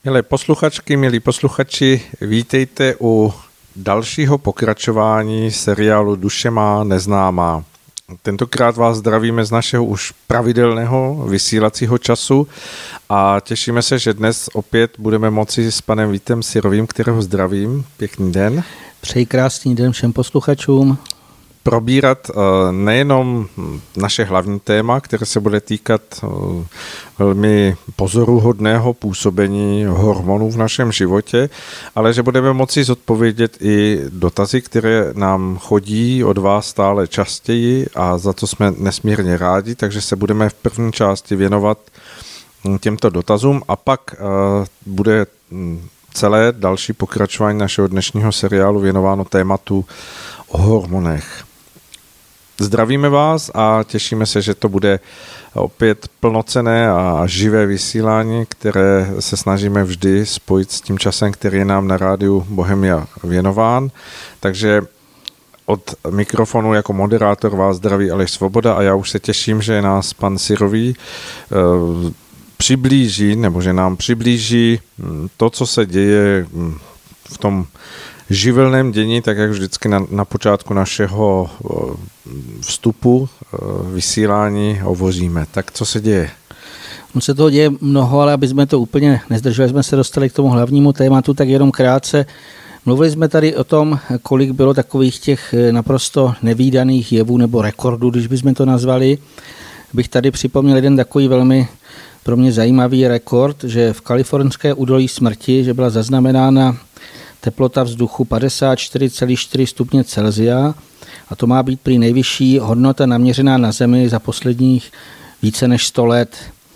Milé posluchačky, milí posluchači, vítejte u dalšího pokračování seriálu Duše má neznámá. Tentokrát vás zdravíme z našeho už pravidelného vysílacího času a těšíme se, že dnes opět budeme moci s panem Vítem Syrovým, kterého zdravím. Pěkný den. Přeji krásný den všem posluchačům. Probírat nejenom naše hlavní téma, které se bude týkat velmi pozoruhodného působení hormonů v našem životě, ale že budeme moci zodpovědět i dotazy, které nám chodí od vás stále častěji a za to jsme nesmírně rádi, takže se budeme v první části věnovat těmto dotazům a pak bude celé další pokračování našeho dnešního seriálu věnováno tématu o hormonech. Zdravíme vás a těšíme se, že to bude opět plnocenné a živé vysílání, které se snažíme vždy spojit s tím časem, který je nám na rádiu Bohemia věnován. Takže od mikrofonu jako moderátor vás zdraví Aleš Svoboda a já už se těším, že nás pan Syrový přiblíží, nebo že nám přiblíží to, co se děje v tom živelném dění, tak jak vždycky na počátku našeho vstupu vysílání hovoříme. Tak co se děje? No se toho děje mnoho, ale aby jsme to úplně nezdrželi, jsme se dostali k tomu hlavnímu tématu, tak jenom krátce. Mluvili jsme tady o tom, kolik bylo takových těch naprosto nevídaných jevů nebo rekordů, když bychom to nazvali. Bych tady připomněl jeden takový velmi pro mě zajímavý rekord, že v kalifornské údolí smrti, že byla zaznamenána teplota vzduchu 54,4 stupně Celsia a to má být prý nejvyšší hodnota naměřená na Zemi za posledních více než 100 let.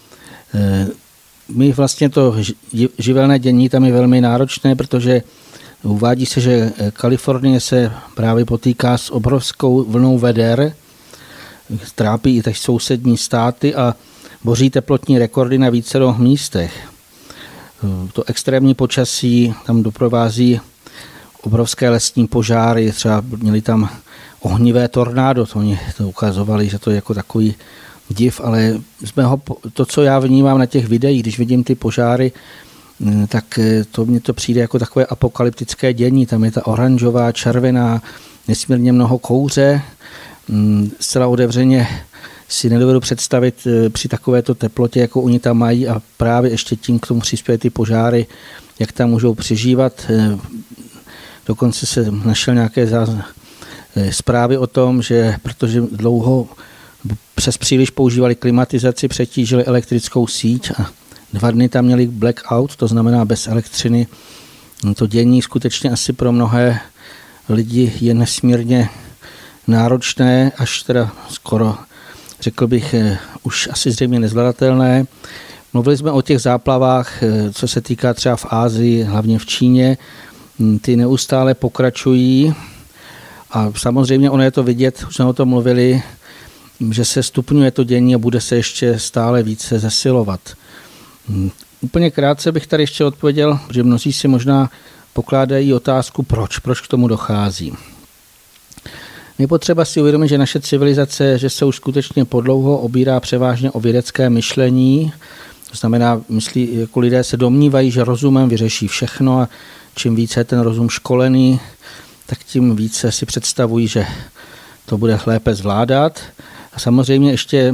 My vlastně to živelné dění tam je velmi náročné, protože uvádí se, že Kalifornie se právě potýká s obrovskou vlnou veder, trápí i teď sousední státy a boří teplotní rekordy na vícero místech. To extrémní počasí tam doprovází obrovské lesní požáry, třeba měli tam ohnivé tornádo, to oni to ukazovali, že to je jako takový div, ale to, co já vnímám na těch videích, když vidím ty požáry, tak mně to přijde jako takové apokalyptické dění, tam je ta oranžová, červená, nesmírně mnoho kouře, zcela otevřeně si nedovedu představit při takovéto teplotě, jako oni tam mají a právě ještě tím k tomu přispějí ty požáry, jak tam můžou přežívat. Dokonce se našel nějaké zprávy o tom, že protože dlouho přes příliš používali klimatizaci, přetížili elektrickou síť a 2 dny tam měli blackout, to znamená bez elektřiny. To dění skutečně asi pro mnohé lidi je nesmírně náročné, až teda skoro řekl bych, už asi zřejmě nezvladatelné. Mluvili jsme o těch záplavách, co se týká třeba v Asii, hlavně v Číně. Ty neustále pokračují a samozřejmě ono je to vidět, už jsme o tom mluvili, že se stupňuje to dění a bude se ještě stále více zesilovat. Úplně krátce bych tady ještě odpověděl, že mnozí si možná pokládají otázku, proč k tomu dochází. Je potřeba si uvědomit, že naše civilizace, že se už skutečně podlouho obírá převážně o vědecké myšlení. To znamená, jako lidé se domnívají, že rozumem vyřeší všechno a čím více je ten rozum školený, tak tím více si představují, že to bude lépe zvládat. A samozřejmě ještě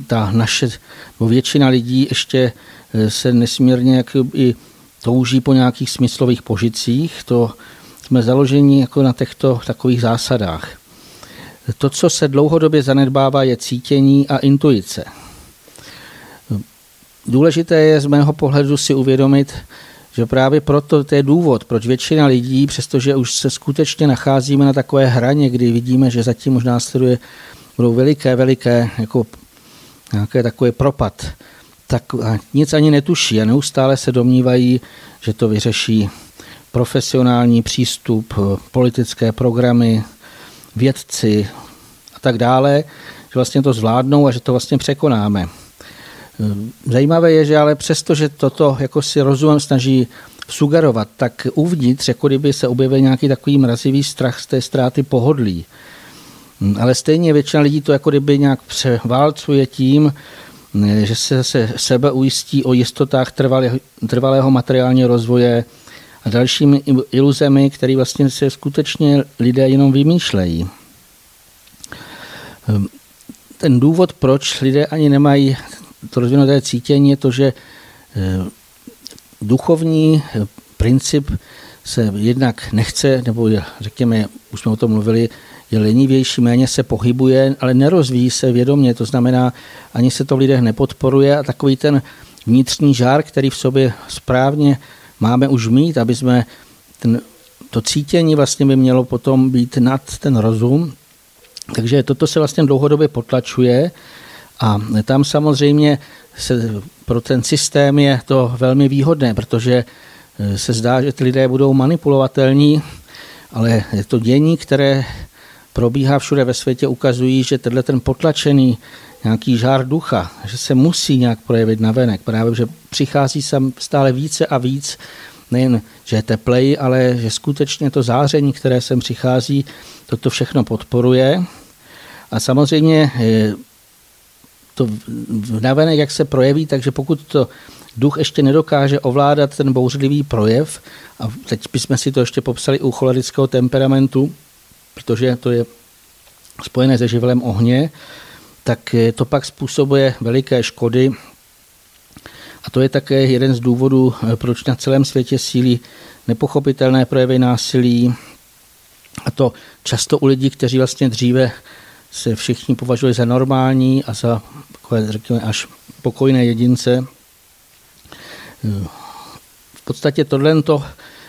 většina lidí ještě se nesmírně i touží po nějakých smyslových požitcích. To jsme založeni jako na těchto takových zásadách. To, co se dlouhodobě zanedbává, je cítění a intuice. Důležité je z mého pohledu si uvědomit, že právě proto to je důvod, proč většina lidí, přestože už se skutečně nacházíme na takové hraně, kdy vidíme, že zatím už následuje budou veliké jako nějaké takové propad, tak nic ani netuší a neustále se domnívají, že to vyřeší profesionální přístup, politické programy, vědci a tak dále, že vlastně to zvládnou a že to vlastně překonáme. Zajímavé je, že ale přesto, že toto jako si rozumem snaží sugerovat, tak uvnitř, jako kdyby se objevil nějaký takový mrazivý strach z té ztráty pohodlí. Ale stejně většina lidí to jako kdyby nějak převálcuje tím, že se zase sebe ujistí o jistotách trvalého materiálního rozvoje a dalšími iluzemi, které vlastně se skutečně lidé jenom vymýšlejí. Ten důvod, proč lidé ani nemají to rozvinuté cítění, je to, že duchovní princip se jednak nechce, nebo řekněme, už jsme o tom mluvili, je lenivější, méně se pohybuje, ale nerozvíjí se vědomě, to znamená, ani se to v lidech nepodporuje a takový ten vnitřní žár, který v sobě správně máme už mít, aby jsme to cítění vlastně by mělo potom být nad ten rozum. Takže toto se vlastně dlouhodobě potlačuje a tam samozřejmě pro ten systém je to velmi výhodné, protože se zdá, že ty lidé budou manipulovatelní, ale to dění, které probíhá všude ve světě, ukazují, že ten potlačený nějaký žár ducha, že se musí nějak projevit navenek. Právě, že přichází sem stále více a víc, nejen, že je teplej, ale že skutečně to záření, které sem přichází, toto všechno podporuje. A samozřejmě to navenek, jak se projeví, takže pokud to duch ještě nedokáže ovládat ten bouřlivý projev, a teď bychom si to ještě popsali u cholerického temperamentu, protože to je spojené se živlem ohně, tak to pak způsobuje veliké škody. A to je také jeden z důvodů, proč na celém světě sílí nepochopitelné projevy násilí. A to často u lidí, kteří vlastně dříve se všichni považovali za normální a za takové, řekněme, až pokojné jedince. V podstatě tohleto,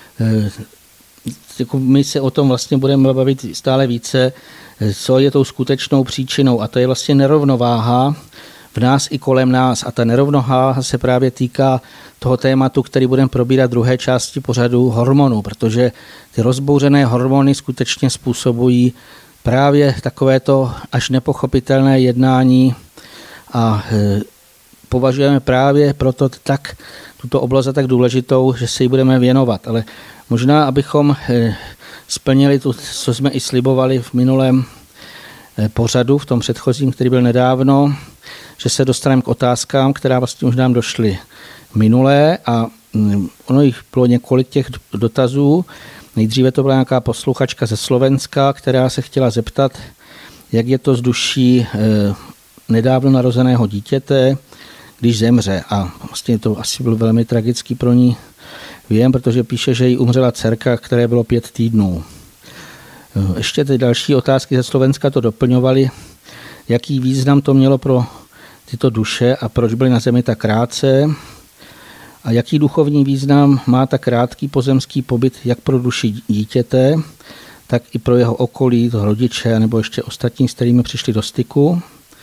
my se o tom vlastně budeme bavit stále více, co je tou skutečnou příčinou, a to je vlastně nerovnováha v nás i kolem nás. A ta nerovnováha se právě týká toho tématu, který budeme probírat v druhé části pořadu, hormonů, protože ty rozbouřené hormony skutečně způsobují právě takovéto až nepochopitelné jednání a považujeme právě proto tuto oblast za tak důležitou, že se jí budeme věnovat. Ale možná, abychom splnili to, co jsme i slibovali v minulém pořadu, v tom předchozím, který byl nedávno, že se dostaneme k otázkám, která vlastně už nám došly minulé, a ono jich bylo několik těch dotazů. Nejdříve to byla nějaká posluchačka ze Slovenska, která se chtěla zeptat, jak je to s duší nedávno narozeného dítěte, když zemře. A vlastně to asi byl velmi tragický pro ní věm, protože píše, že jí umřela dcerka, které bylo 5 týdnů. Ještě ty další otázky ze Slovenska to doplňovaly, jaký význam to mělo pro tyto duše a proč byly na zemi tak krátce a jaký duchovní význam má tak krátký pozemský pobyt jak pro duši dítěte, tak i pro jeho okolí, toho rodiče nebo ještě ostatní, s kterými přišli do styku.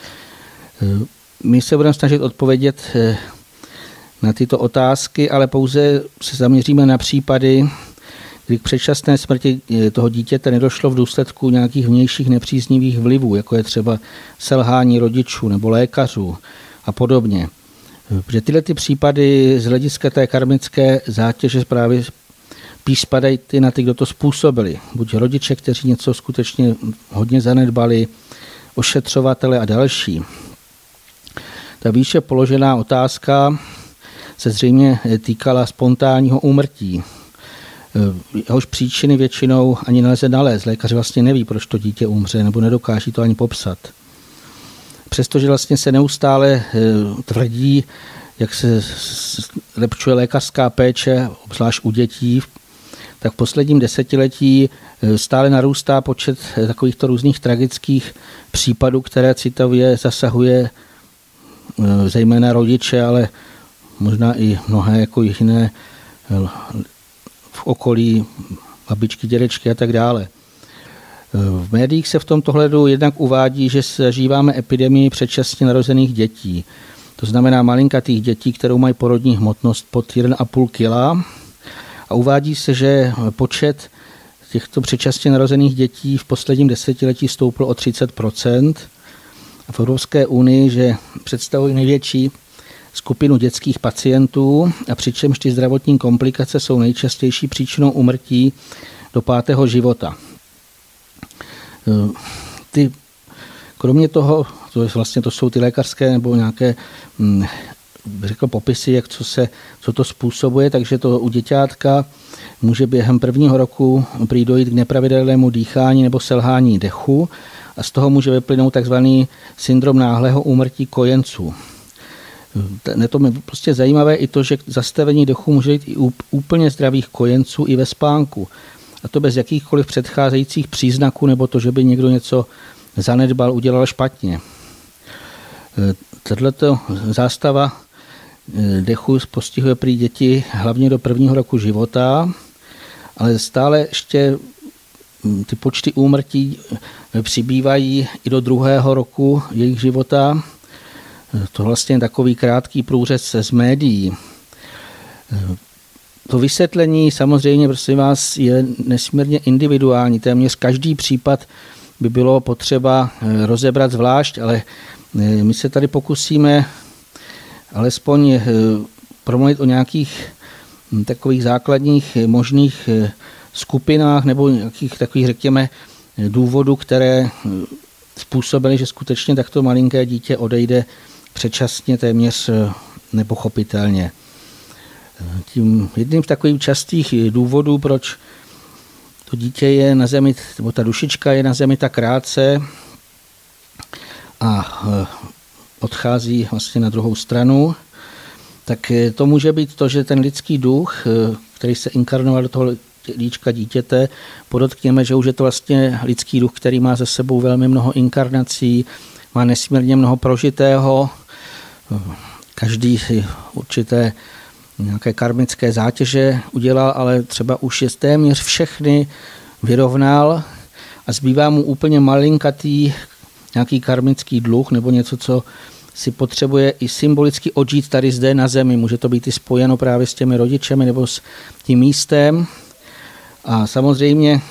My se budeme snažit odpovědět na tyto otázky, ale pouze se zaměříme na případy, kdy k předčasné smrti toho dítěte nedošlo v důsledku nějakých vnějších nepříznivých vlivů, jako je třeba selhání rodičů nebo lékařů a podobně. Protože tyhle ty případy z hlediska té karmické zátěže právě spíš spadají na ty, kdo to způsobili. Buď rodiče, kteří něco skutečně hodně zanedbali, ošetřovatele a další. Ta výše položená otázka se zřejmě týkala spontánního úmrtí. Jehož příčiny většinou ani nelze nalézt. Lékař vlastně neví, proč to dítě umře, nebo nedokáží to ani popsat. Přestože vlastně se neustále tvrdí, jak se zlepšuje lékařská péče, obzvlášť u dětí, tak v posledním desetiletí stále narůstá počet takovýchto různých tragických případů, které citově zasahuje zejména rodiče, ale možná i mnohé jako jiné v okolí, babičky, dědečky a tak dále. V médiích se v tomto hledu jednak uvádí, že zažíváme epidemii předčasně narozených dětí. To znamená malinkatých dětí, které mají porodní hmotnost pod 1,5 kg. A uvádí se, že počet těchto předčasně narozených dětí v posledním desetiletí stoupl o 30%. A v Evropské unii, že představují největší skupinu dětských pacientů, a přičemž ty zdravotní komplikace jsou nejčastější příčinou úmrtí do 5. života. Ty Kromě toho, to jsou ty lékařské nebo nějaké řekl popisy, co to způsobuje, takže to u děťátka může během prvního roku prý dojít k nepravidelnému dýchání nebo selhání dechu a z toho může vyplynout takzvaný syndrom náhlého úmrtí kojenců. To je prostě zajímavé i to, že zastavení dechu může jít i u úplně zdravých kojenců i ve spánku. A to bez jakýchkoliv předcházejících příznaků nebo to, že by někdo něco zanedbal, udělal špatně. Tato zástava dechu postihuje prý děti hlavně do prvního roku života, ale stále ještě ty počty úmrtí přibývají i do druhého roku jejich života. To vlastně je takový krátký průřez z médií. To vysvětlení samozřejmě, prosím vás, je nesmírně individuální. Téměř každý případ by bylo potřeba rozebrat zvlášť, ale my se tady pokusíme alespoň promluvit o nějakých takových základních možných skupinách nebo nějakých takových, řekněme, důvodů, které způsobily, že skutečně takto malinké dítě odejde předčasně téměř nepochopitelně. Tím jedním z takových častých důvodů, proč to dítě je na zemi, nebo ta dušička je na zemi tak krátce a odchází vlastně na druhou stranu, tak to může být to, že ten lidský duch, který se inkarnoval do toho líčka dítěte, podotkněme, že už je to vlastně lidský duch, který má za sebou velmi mnoho inkarnací, má nesmírně mnoho prožitého, každý si určité nějaké karmické zátěže udělal, ale třeba už je téměř všechny vyrovnal a zbývá mu úplně malinkatý nějaký karmický dluh nebo něco, co si potřebuje i symbolicky odžít tady zde na zemi. Může to být i spojeno právě s těmi rodičemi nebo s tím místem. A samozřejmě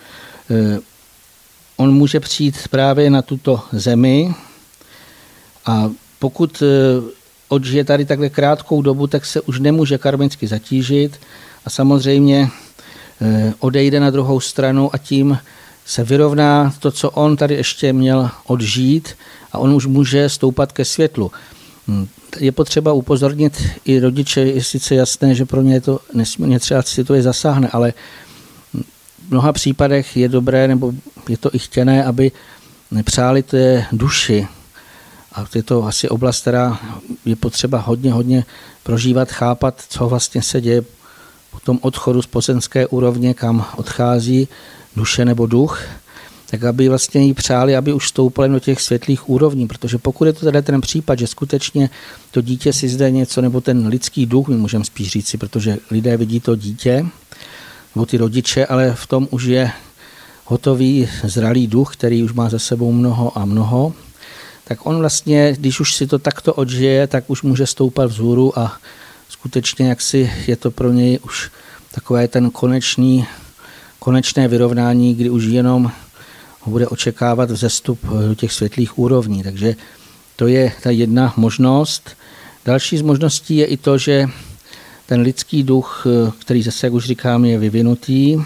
on může přijít právě na tuto zemi a pokud odžije tady takhle krátkou dobu, tak se už nemůže karmicky zatížit a samozřejmě odejde na druhou stranu a tím se vyrovná to, co on tady ještě měl odžít a on už může stoupat ke světlu. Je potřeba upozornit i rodiče, je sice jasné, že pro ně je to nesmírně třeba si to je zasáhne, ale v mnoha případech je dobré, nebo je to i chtěné, aby nepřáli té duši. A je to asi oblast, která je potřeba hodně prožívat, chápat, co vlastně se děje po tom odchodu z pozemské úrovně, kam odchází duše nebo duch, tak aby vlastně jí přáli, aby už stoupali do těch světlých úrovní, protože pokud je to tady ten případ, že skutečně to dítě si zde něco, nebo ten lidský duch, my můžeme spíš říci, protože lidé vidí to dítě, nebo ty rodiče, ale v tom už je hotový, zralý duch, který už má za sebou mnoho a mnoho, tak on vlastně, když už si to takto odžije, tak už může stoupat vzhůru a skutečně jaksi je to pro něj už takové ten konečné vyrovnání, kdy už jenom ho bude očekávat vzestup do těch světlých úrovní. Takže to je ta jedna možnost. Další z možností je i to, že ten lidský duch, který zase, jak už říkám, je vyvinutý,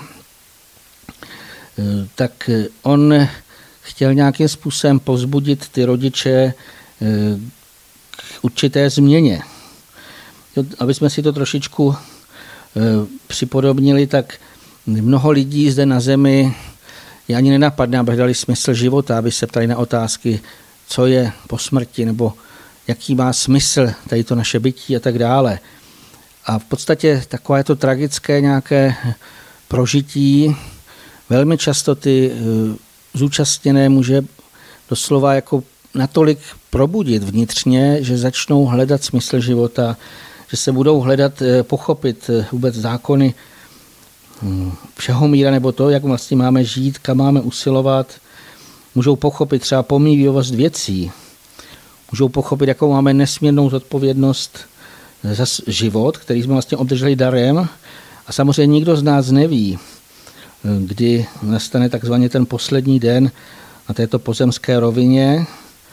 tak on chtěl nějakým způsobem povzbudit ty rodiče k určité změně. Aby jsme si to trošičku připodobnili, tak mnoho lidí zde na zemi je ani nenapadne, aby hledali smysl života, aby se ptali na otázky, co je po smrti, nebo jaký má smysl tady to naše bytí a tak dále. A v podstatě takové to tragické nějaké prožití velmi často ty zúčastněné může doslova jako natolik probudit vnitřně, že začnou hledat smysl života, že se budou hledat, pochopit vůbec zákony všeho míra, nebo to, jak vlastně máme žít, kam máme usilovat. Můžou pochopit třeba pomíjivost věcí. Můžou pochopit, jakou máme nesmírnou zodpovědnost za život, který jsme vlastně obdrželi darem. A samozřejmě nikdo z nás neví, kdy nastane takzvaně ten poslední den na této pozemské rovině.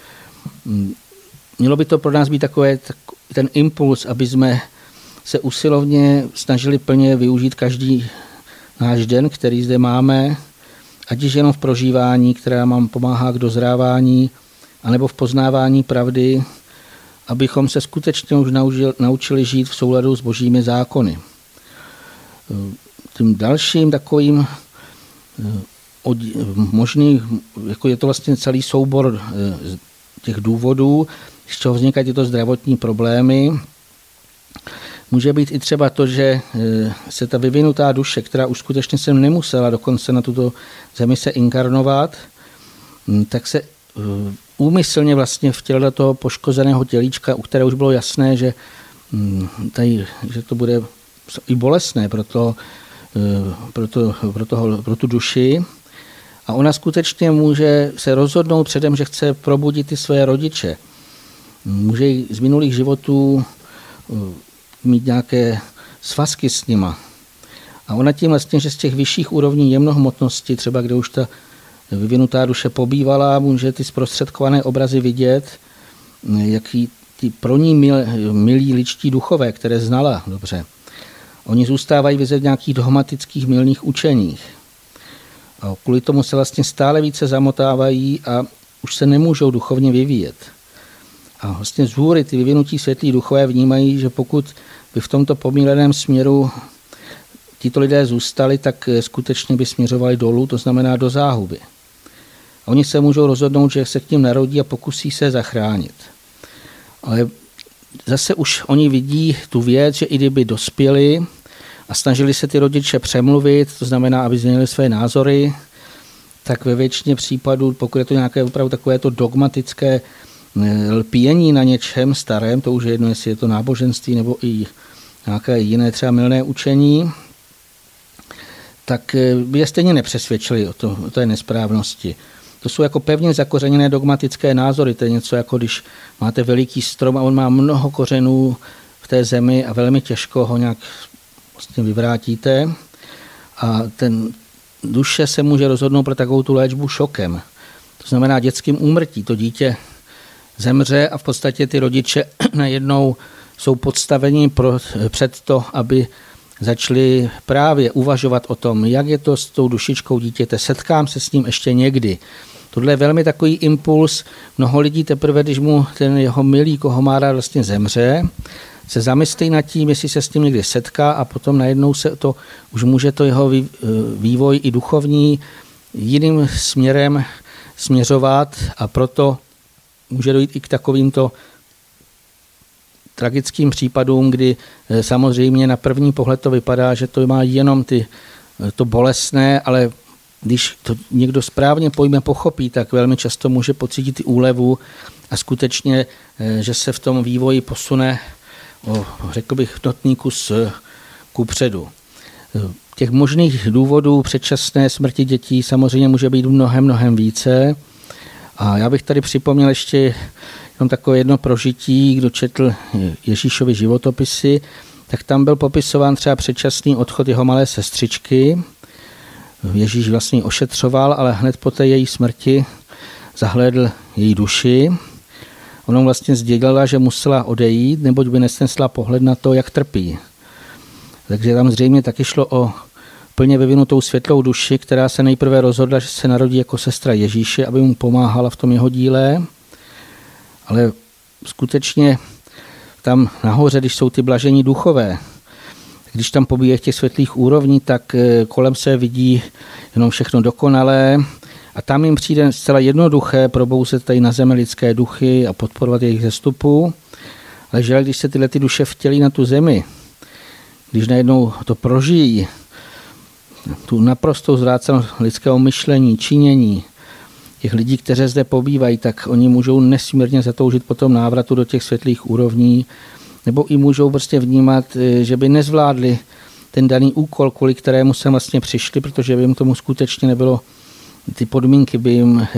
Mělo by to pro nás být takové ten impuls, aby jsme se usilovně snažili plně využít každý náš den, který zde máme, ať již jenom v prožívání, která nám pomáhá k dozrávání, anebo v poznávání pravdy, abychom se skutečně už naučili žít v souladu s božími zákony. Tím dalším takovým možný, jako je to vlastně celý soubor těch důvodů, z čeho vznikají tyto zdravotní problémy. Může být i třeba to, že se ta vyvinutá duše, která už skutečně se nemusela dokonce na tuto zemi se inkarnovat, tak se úmyslně vlastně vtělila toho poškozeného tělíčka, u které už bylo jasné, že to bude i bolestné pro tu duši. A ona skutečně může se rozhodnout předem, že chce probudit ty své rodiče. Může z minulých životů mít nějaké svazky s nima. A ona tím vlastně, že z těch vyšších úrovní jemnohmotnosti, třeba kde už ta vyvinutá duše pobývala, může ty zprostředkované obrazy vidět, jaký ty pro ní milí ličtí duchové, které znala dobře. Oni zůstávají vidět v nějakých dogmatických mylných učeních. A kvůli tomu se vlastně stále více zamotávají a už se nemůžou duchovně vyvíjet. A vlastně z hůry ty vyvinutí světlí duchové vnímají, že pokud by v tomto pomíleném směru tito lidé zůstali, tak skutečně by směřovali dolů, to znamená do záhuby. A oni se můžou rozhodnout, že se k ním narodí a pokusí se zachránit. Ale zase už oni vidí tu věc, že i kdyby dospěli a snažili se ty rodiče přemluvit, to znamená, aby změnili své názory, tak ve většině případů, pokud je to nějaké opravdu takovéto dogmatické lpění na něčem starém, to už je jedno, jestli je to náboženství nebo i nějaké jiné třeba mylné učení, tak by je stejně nepřesvědčili o té nesprávnosti. To jsou jako pevně zakořeněné dogmatické názory. To je něco jako když máte veliký strom a on má mnoho kořenů v té zemi a velmi těžko ho nějak vlastně vyvrátíte. A ten duše se může rozhodnout pro takovou tu léčbu šokem. To znamená dětským úmrtí. To dítě zemře a v podstatě ty rodiče najednou jsou podstaveni před to, aby začali právě uvažovat o tom, jak je to s tou dušičkou dítěte, setkám se s ním ještě někdy. Tohle je velmi takový impuls. Mnoho lidí teprve, když mu ten jeho milý, koho má rád, vlastně zemře, se zamyslí nad tím, jestli se s tím někdy setká a potom najednou se to, už může to jeho vývoj i duchovní jiným směrem směřovat a proto může dojít i k takovýmto tragickým případům, kdy samozřejmě na první pohled to vypadá, že to má jenom to bolestné, ale když to někdo správně pojme, pochopí, tak velmi často může pocítit i úlevu a skutečně, že se v tom vývoji posune řekl bych, notný kus kupředu. Těch možných důvodů předčasné smrti dětí samozřejmě může být mnohem více. A já bych tady připomněl ještě jenom takové jedno prožití, kdo četl Ježíšovy životopisy, tak tam byl popisován třeba předčasný odchod jeho malé sestřičky. Ježíš vlastně ošetřoval, ale hned po té její smrti zahlédl její duši. Ona vlastně sdělila, že musela odejít, neboť by nesnesla pohled na to, jak trpí. Takže tam zřejmě taky šlo o plně vyvinutou světlou duši, která se nejprve rozhodla, že se narodí jako sestra Ježíše, aby mu pomáhala v tom jeho díle. Ale skutečně tam nahoře, když jsou ty blažení duchové, když tam pobíje v těch světlých úrovní, tak kolem se vidí jenom všechno dokonalé a tam jim přijde zcela jednoduché probouzet tady na zemi lidské duchy a podporovat jejich zestupu. Ale že když se tyhle ty duše vtělí na tu zemi, když najednou to prožijí, tu naprostou zvrácenost lidského myšlení, činění, těch lidí, kteří zde pobývají, tak oni můžou nesmírně zatoužit po tom návratu do těch světlých úrovní, nebo i můžou prostě vnímat, že by nezvládli ten daný úkol, kvůli kterému se vlastně přišli, protože by jim tomu skutečně nebylo, ty podmínky by jim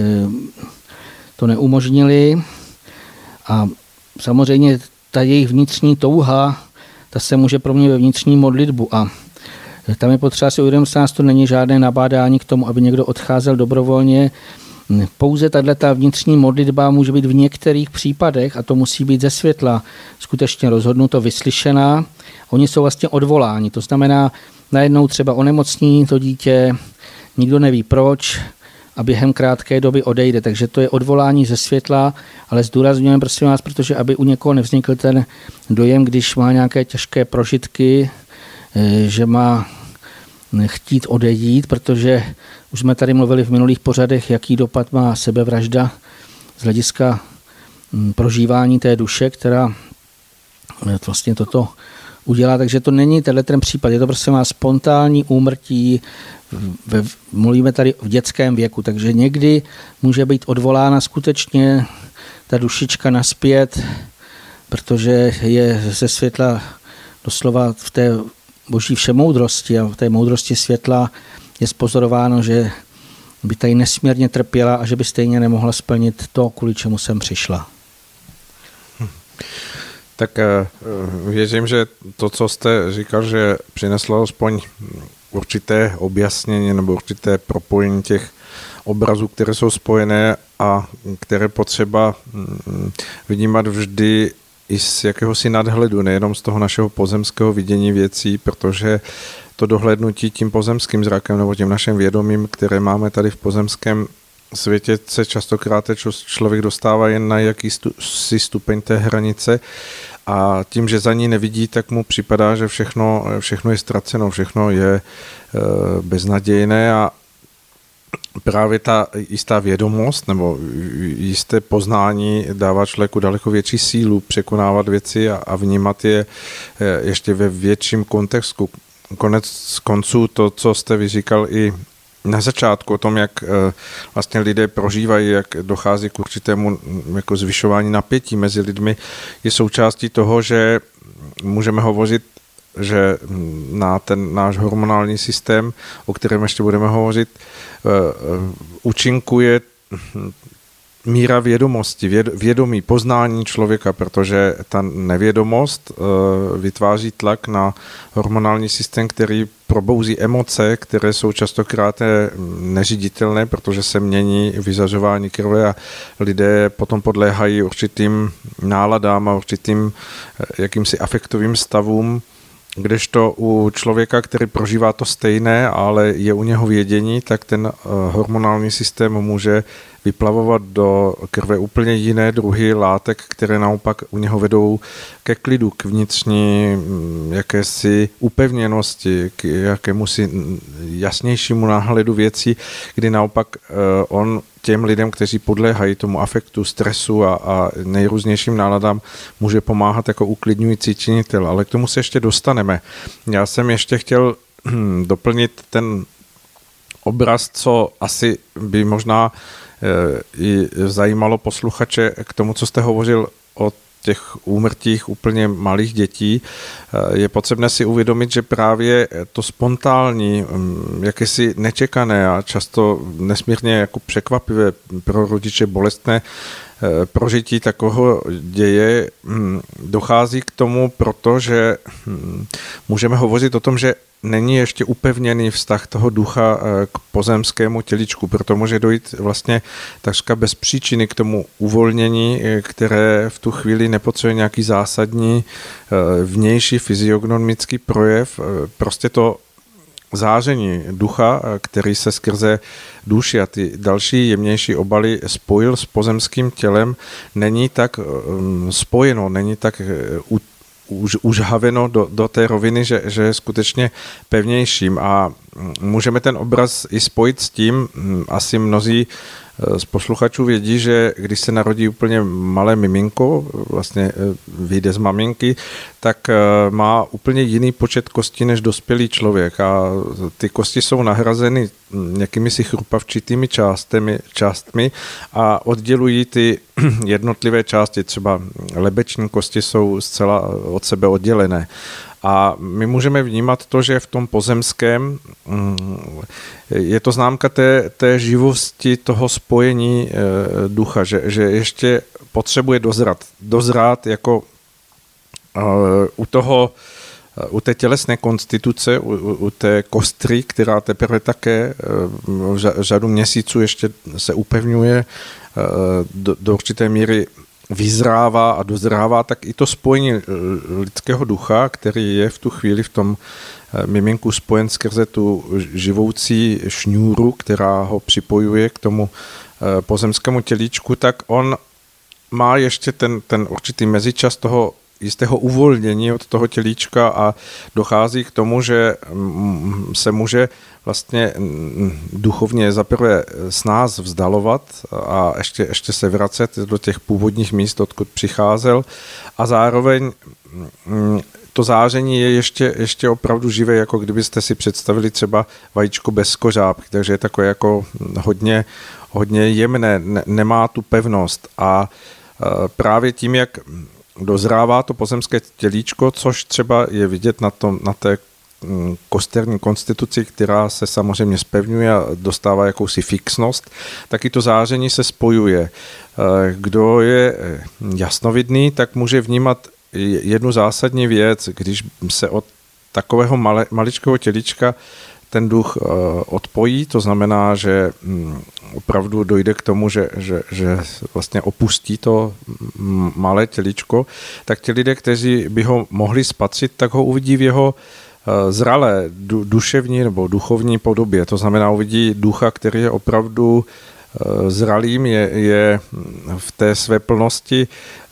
to neumožnili. A samozřejmě ta jejich vnitřní touha, ta se může proměnit ve vnitřní modlitbu a tam je potřeba si uvědomit, že to není žádné nabádání k tomu, aby někdo odcházel dobrovolně. Pouze tato vnitřní modlitba může být v některých případech, a to musí být ze světla, skutečně rozhodnuto, vyslyšená. Oni jsou vlastně odvoláni, to znamená najednou třeba onemocní to dítě, nikdo neví proč a během krátké doby odejde. Takže to je odvolání ze světla, ale zdůrazňujeme, prosím vás, protože aby u někoho nevznikl ten dojem, když má nějaké těžké prožitky, že má chtít odejít, protože už jsme tady mluvili v minulých pořadech, jaký dopad má sebevražda z hlediska prožívání té duše, která vlastně toto udělá. Takže to není ten případ, je to prostě má spontánní úmrtí, mluvíme tady v dětském věku, takže někdy může být odvolána skutečně ta dušička nazpět, protože je ze světla doslova v té boží všemoudrosti a v té moudrosti světla je spozorováno, že by tady nesmírně trpěla a že by stejně nemohla splnit to, kvůli čemu jsem přišla. Tak věřím, že to, co jste říkal, že přineslo aspoň určité objasnění nebo určité propojení těch obrazů, které jsou spojené a které potřeba vnímat vždy i z jakéhosi nadhledu, nejenom z toho našeho pozemského vidění věcí, protože to dohlédnutí tím pozemským zrakem nebo tím naším vědomím, které máme tady v pozemském světě, se častokrát člověk dostává jen na jakýsi stupeň té hranice a tím, že za ní nevidí, tak mu připadá, že všechno je ztraceno, všechno je beznadějné a právě ta jistá vědomost nebo jisté poznání dává člověku daleko větší sílu překonávat věci a vnímat je ještě ve větším kontextu. Konec konců to, co jste vyříkal i na začátku o tom, jak vlastně lidé prožívají, jak dochází k určitému jako zvyšování napětí mezi lidmi, je součástí toho, že můžeme hovořit, že na ten náš hormonální systém, o kterém ještě budeme hovořit, účinkuje míra vědomosti, vědomí, poznání člověka, protože ta nevědomost vytváří tlak na hormonální systém, který probouzí emoce, které jsou častokrát neřiditelné, protože se mění vyzařování krve a lidé potom podléhají určitým náladám a určitým jakýmsi afektovým stavům, kdežto u člověka, který prožívá to stejné, ale je u něho vědění, tak ten hormonální systém může vyplavovat do krve úplně jiné druhy látek, které naopak u něho vedou ke klidu, k vnitřní jakési upevněnosti, k jakémusi jasnějšímu náhledu věcí, kdy naopak on těm lidem, kteří podléhají tomu afektu, stresu a nejrůznějším náladám, může pomáhat jako uklidňující činitel. Ale k tomu se ještě dostaneme. Já jsem ještě chtěl doplnit ten obraz, co asi by možná i zajímalo posluchače k tomu, co jste hovořil o těch úmrtích úplně malých dětí. Je potřebné si uvědomit, že právě to spontánní, jakési nečekané a často nesmírně jako překvapivé pro rodiče bolestné prožití takového děje dochází k tomu, protože můžeme hovořit o tom, že není ještě upevněný vztah toho ducha k pozemskému těličku, proto může dojít vlastně takřka bez příčiny k tomu uvolnění, které v tu chvíli nepotřebuje nějaký zásadní vnější fyziognomický projev. Prostě to záření ducha, který se skrze duši a ty další jemnější obaly spojil s pozemským tělem, není tak spojeno, není tak užhaveno do té roviny, že je skutečně pevnějším a můžeme ten obraz i spojit s tím, asi mnozí z posluchačů vědí, že když se narodí úplně malé miminko, vlastně vyjde z maminky, tak má úplně jiný počet kostí než dospělý člověk a ty kosti jsou nahrazeny nějakými si chrupavčitými částmi a oddělují ty jednotlivé části, třeba lebeční kosti jsou zcela od sebe oddělené. A my můžeme vnímat to, že v tom pozemském je to známka té živosti, toho spojení ducha, že ještě potřebuje dozrát jako u té tělesné konstituce, u té kostry, která teprve také řadu měsíců ještě se upevňuje do určité míry vyzrává a dozrává, tak i to spojení lidského ducha, který je v tu chvíli v tom miminku spojen skrze tu živoucí šňůru, která ho připojuje k tomu pozemskému tělíčku, tak on má ještě ten určitý mezičas toho jistého uvolnění od toho tělíčka a dochází k tomu, že se může vlastně duchovně zaprvé s nás vzdalovat a ještě se vracet do těch původních míst, odkud přicházel, a zároveň to záření je ještě opravdu živé, jako kdybyste si představili třeba vajíčko bez kořápky, takže je takové jako hodně jemné, nemá tu pevnost, a právě tím, jak dozrává to pozemské tělíčko, což třeba je vidět na té kosterní konstituci, která se samozřejmě zpevňuje a dostává jakousi fixnost, tak i to záření se spojuje. Kdo je jasnovidný, tak může vnímat jednu zásadní věc, když se od takového maličkého tělíčka ten duch odpojí, to znamená, že opravdu dojde k tomu, že vlastně opustí to malé tělíčko, tak ti lidé, kteří by ho mohli spatřit, tak ho uvidí v jeho zralé duševní nebo duchovní podobě. To znamená, uvidí ducha, který je opravdu zralým, je v té své plnosti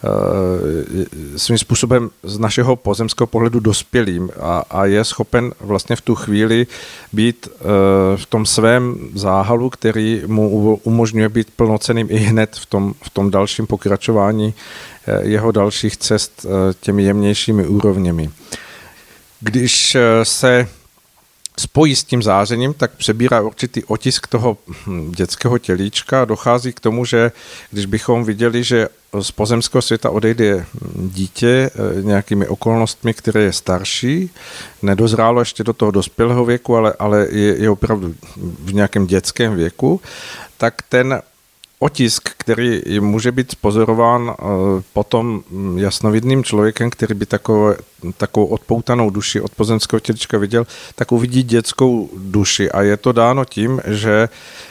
svým způsobem z našeho pozemského pohledu dospělým a je schopen vlastně v tu chvíli být v tom svém záhalu, který mu umožňuje být plnocenným i hned v tom dalším pokračování jeho dalších cest těmi jemnějšími úrovněmi. Když se spojí s tím zářením, tak přebírá určitý otisk toho dětského tělíčka a dochází k tomu, že když bychom viděli, že z pozemského světa odejde dítě nějakými okolnostmi, které je starší, nedozrálo ještě do toho dospělého věku, ale je opravdu v nějakém dětském věku, tak ten otisk, který může být pozorován potom jasnovidným člověkem, který by takovou odpoutanou duši od pozemského tělíčka viděl, tak uvidí dětskou duši. A je to dáno tím, že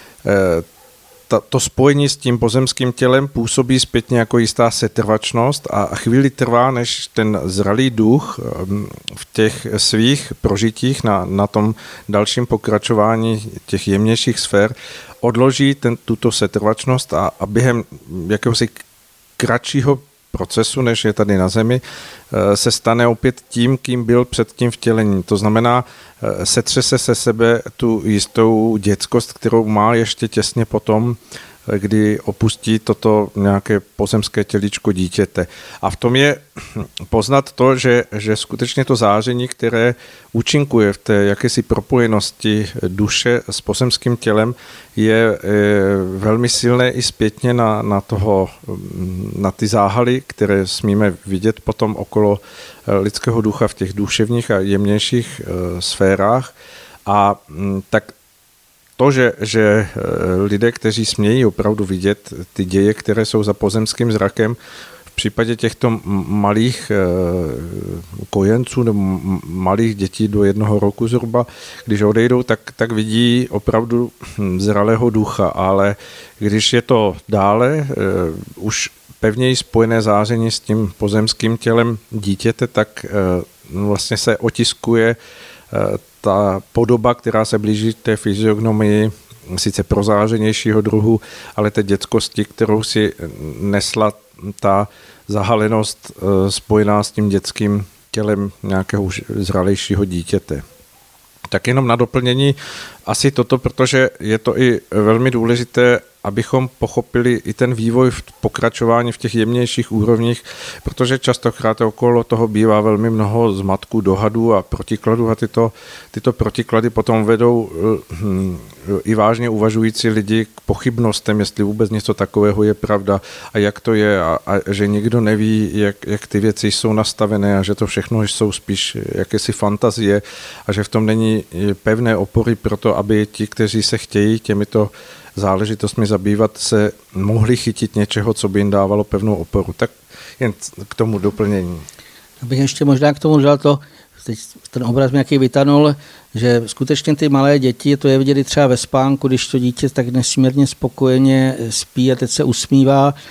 to spojení s tím pozemským tělem působí zpětně jako jistá setrvačnost a chvíli trvá, než ten zralý duch v těch svých prožitích na tom dalším pokračování těch jemnějších sfér odloží tuto setrvačnost a během jakéhosi kratšího procesu, než je tady na zemi, se stane opět tím, kým byl před tím vtělením. To znamená, setřese se sebe tu jistou dětskost, kterou má ještě těsně potom, kdy opustí toto nějaké pozemské tělíčko dítěte. A v tom je poznat to, že skutečně to záření, které účinkuje v té jakési propojenosti duše s pozemským tělem, je velmi silné i zpětně na ty záhaly, které smíme vidět potom okolo lidského ducha v těch duševních a jemnějších sférách. A tak to, že lidé, kteří smějí opravdu vidět ty děje, které jsou za pozemským zrakem, v případě těchto malých kojenců nebo malých dětí do 1 roku zhruba, když odejdou, tak vidí opravdu zralého ducha, ale když je to dále, už pevněji spojené záření s tím pozemským tělem dítěte, tak vlastně se otiskuje ta podoba, která se blíží té fyziognomii, sice prozářenějšího druhu, ale té dětskosti, kterou si nesla ta zahalenost spojená s tím dětským tělem nějakého už zralejšího dítěte. Tak jenom na doplnění asi toto, protože je to i velmi důležité, abychom pochopili i ten vývoj v pokračování v těch jemnějších úrovních, protože častokrát okolo toho bývá velmi mnoho zmatků, dohadů a protikladů a tyto protiklady potom vedou i vážně uvažující lidi k pochybnostem, jestli vůbec něco takového je pravda a jak to je a že nikdo neví, jak ty věci jsou nastavené a že to všechno jsou spíš jakési fantazie a že v tom není pevné opory pro to, aby ti, kteří se chtějí těmito záležitostmi zabývat, se mohli chytit něčeho, co by jim dávalo pevnou oporu. Tak jen k tomu doplnění. Abych ještě možná k tomu dal to, teď ten obraz mi nějaký vytanul, že skutečně ty malé děti, to je vidět třeba ve spánku, když to dítě tak nesmírně spokojeně spí a teď se usmívá,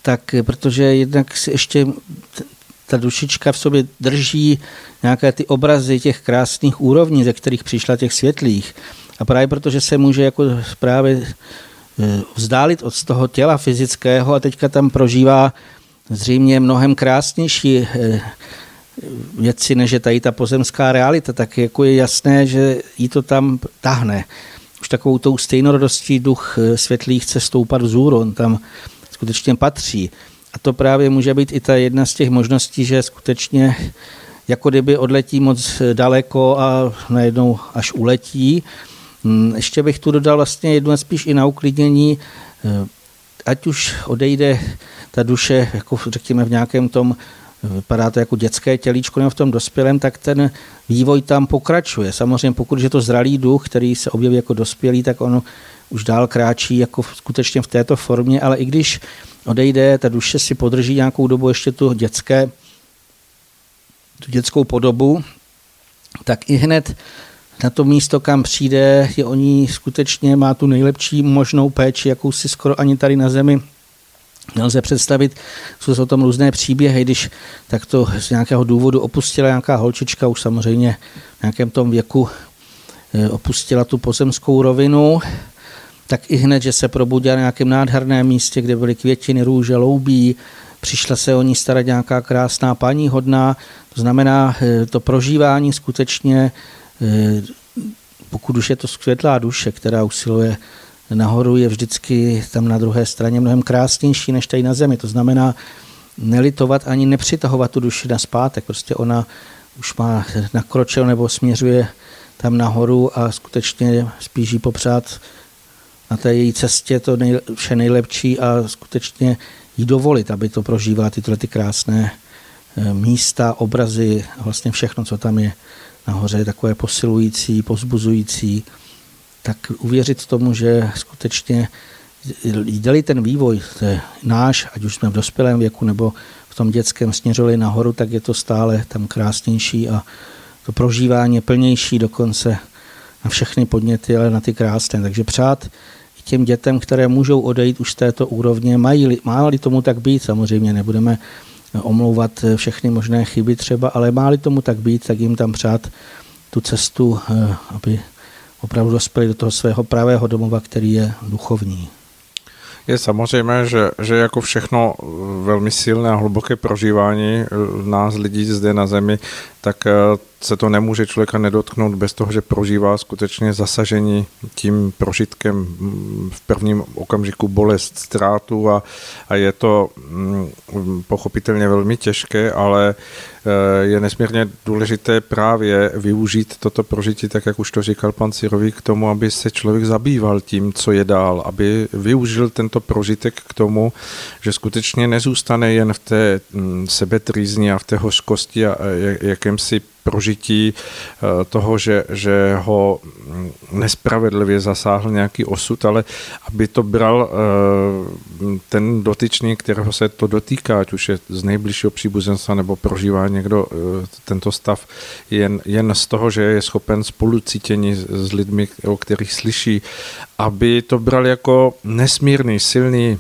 tak protože jednak si ještě ta dušička v sobě drží nějaké ty obrazy těch krásných úrovní, ze kterých přišla těch světlých. A právě protože se může jako právě vzdálit od toho těla fyzického a teďka tam prožívá zřejmě mnohem krásnější věci, než je tady ta pozemská realita, tak jako je jasné, že jí to tam tahne. Už takovou tou stejnorodostí duch světlých chce stoupat vzhůru, on tam skutečně patří. A to právě může být i ta jedna z těch možností, že skutečně jako kdyby odletí moc daleko a najednou až uletí. Ještě bych tu dodal vlastně jednu spíš i na uklidnění, ať už odejde ta duše, jako řekněme v nějakém tom, vypadá to jako dětské tělíčko nebo v tom dospělém, tak ten vývoj tam pokračuje. Samozřejmě pokud je to zralý duch, který se objeví jako dospělý, tak on už dál kráčí jako skutečně v této formě, ale i když odejde, ta duše si podrží nějakou dobu ještě tu dětskou podobu, tak i hned na to místo, kam přijde, je o ní skutečně má tu nejlepší možnou péči, jakou si skoro ani tady na zemi nelze představit. Jsou o tom různé příběhy, když tak to z nějakého důvodu opustila nějaká holčička, už samozřejmě v nějakém tom věku opustila tu pozemskou rovinu, tak i hned, že se probudila na nějakém nádherném místě, kde byly květiny, růže, loubí, přišla se o ní starat nějaká krásná paní hodná. To znamená, to prožívání skutečně, pokud už je to světlá duše, která usiluje nahoru, je vždycky tam na druhé straně mnohem krásnější než tady na zemi. To znamená nelitovat ani nepřitahovat tu duši nazpátek. Prostě ona už má nakročil nebo směřuje tam nahoru a skutečně spíš jí popřát na té její cestě to vše nejlepší a skutečně jí dovolit, aby to prožívala tyhle ty krásné místa, obrazy, vlastně všechno, co tam je nahoře, je takové posilující, povzbuzující, tak uvěřit tomu, že skutečně jde-li ten vývoj náš, ať už jsme v dospělém věku nebo v tom dětském směřili nahoru, tak je to stále tam krásnější a to prožívání je plnější dokonce na všechny podněty, ale na ty krásné. Takže přát těm dětem, které můžou odejít už z této úrovně, má-li tomu tak být, samozřejmě nebudeme omlouvat všechny možné chyby třeba, ale má-li tomu tak být, tak jim tam přát tu cestu, aby opravdu dospěli do toho svého pravého domova, který je duchovní. Je samozřejmé, že jako všechno velmi silné a hluboké prožívání nás lidí zde na zemi, tak se to nemůže člověka nedotknout bez toho, že prožívá skutečně zasažení tím prožitkem v prvním okamžiku bolest, ztrátu a je to pochopitelně velmi těžké, ale je nesmírně důležité právě využít toto prožití, tak jak už to říkal pan Cyrový, k tomu, aby se člověk zabýval tím, co je dál, aby využil tento prožitek k tomu, že skutečně nezůstane jen v té sebetrýzni a v té hořkosti a jakémsi prožití toho, že ho nespravedlivě zasáhl nějaký osud, ale aby to bral ten dotyčný, kterého se to dotýká, ať už je z nejbližšího příbuzenstva nebo prožívá někdo tento stav, jen z toho, že je schopen spolucítění s lidmi, o kterých slyší, aby to bral jako nesmírný, silný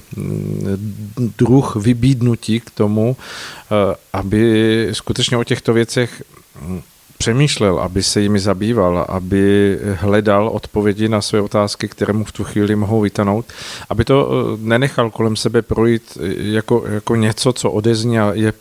druh vybídnutí k tomu, aby skutečně o těchto věcech přemýšlel, aby se jimi zabýval, aby hledal odpovědi na své otázky, které mu v tu chvíli mohou vytanout, aby to nenechal kolem sebe projít jako něco, co odezní a je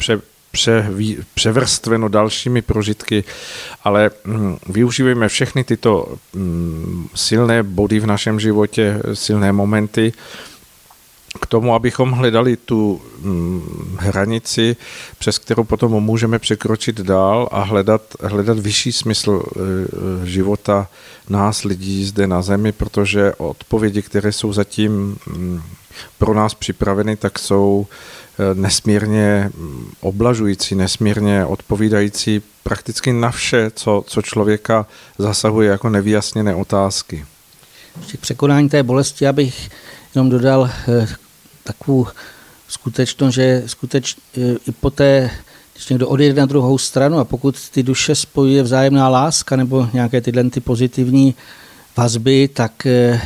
převrstveno dalšími prožitky, ale využívejme všechny tyto silné body v našem životě, silné momenty, k tomu, abychom hledali tu hranici, přes kterou potom můžeme překročit dál a hledat vyšší smysl života nás, lidí zde na zemi, protože odpovědi, které jsou zatím pro nás připraveny, tak jsou nesmírně oblažující, nesmírně odpovídající prakticky na vše, co člověka zasahuje jako nevyjasněné otázky. K překonání té bolesti abych jenom dodal takovou skutečnost, že i poté, když někdo odjede na druhou stranu a pokud ty duše spojuje vzájemná láska nebo nějaké tyhle ty pozitivní vazby, tak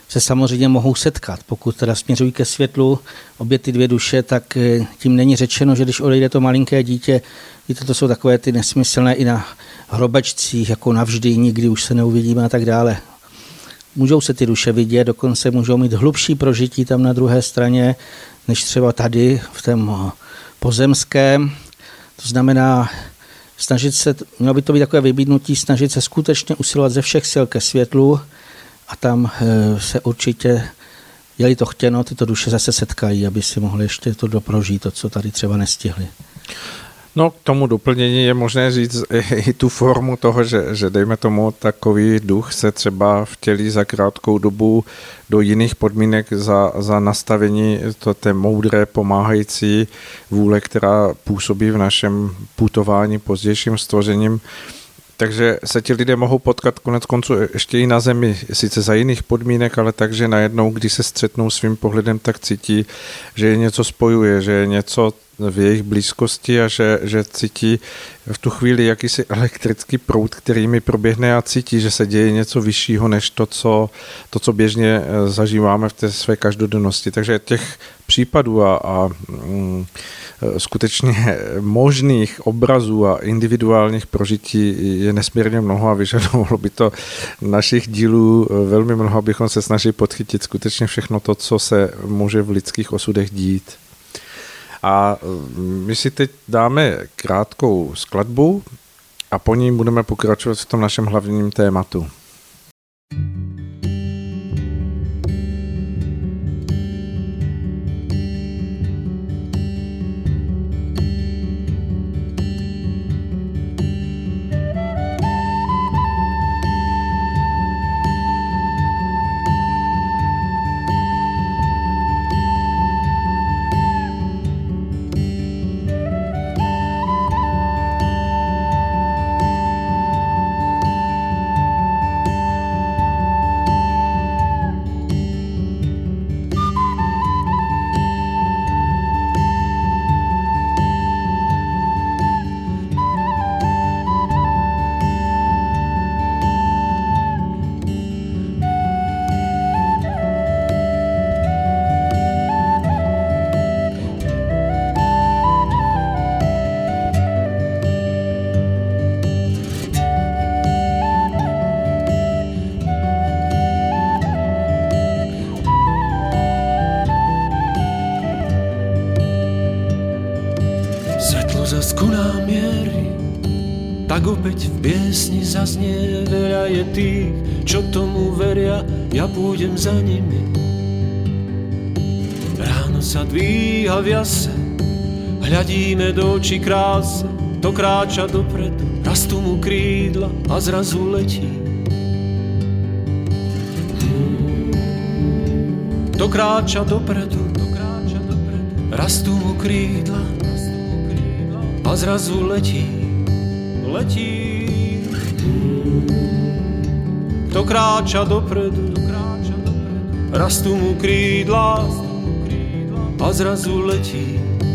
se samozřejmě mohou setkat. Pokud teda směřují ke světlu obě ty dvě duše, tak tím není řečeno, že když odejde to malinké dítě, víte, to jsou takové ty nesmyslné i na hrobečcích, jako navždy, nikdy už se neuvidíme a tak dále. Můžou se ty duše vidět, dokonce můžou mít hlubší prožití tam na druhé straně, než třeba tady v tom pozemském. To znamená, snažit se, mělo by to být takové vybídnutí, snažit se skutečně usilovat ze všech sil ke světlu a tam se určitě, je-li to chtěno, tyto duše zase setkají, aby si mohli ještě to doprožít, to, co tady třeba nestihli. No, k tomu doplnění je možné říct i tu formu toho, že dejme tomu takový duch se třeba vtělí za krátkou dobu do jiných podmínek za nastavení té moudré pomáhající vůle, která působí v našem putování pozdějším stvořením. Takže se ti lidé mohou potkat konec konců ještě i na zemi, sice za jiných podmínek, ale takže najednou, když se střetnou svým pohledem, tak cítí, že je něco spojuje, že je něco v jejich blízkosti a že cítí v tu chvíli jakýsi elektrický proud, který mi proběhne a cítí, že se děje něco vyššího než to, co běžně zažíváme v té své každodennosti. Takže těch případů a skutečně možných obrazů a individuálních prožití je nesmírně mnoho a vyžadovalo by to našich dílů velmi mnoho, abychom se snažili podchytit skutečně všechno to, co se může v lidských osudech dít. A my si teď dáme krátkou skladbu a po ní budeme pokračovat v tom našem hlavním tématu. Tak opäť v piesni zaznie, veľa je tých, čo tomu veria, ja pôjdem za nimi. Ráno sa dvíha v jase, hľadíme do očí krásy, to kráča dopredu, rastú mu krídla a zrazu letí. To kráča dopredu, rastú mu krídla a zrazu letí. To kráča dopredu, rastú mu krídla a zrazu letí.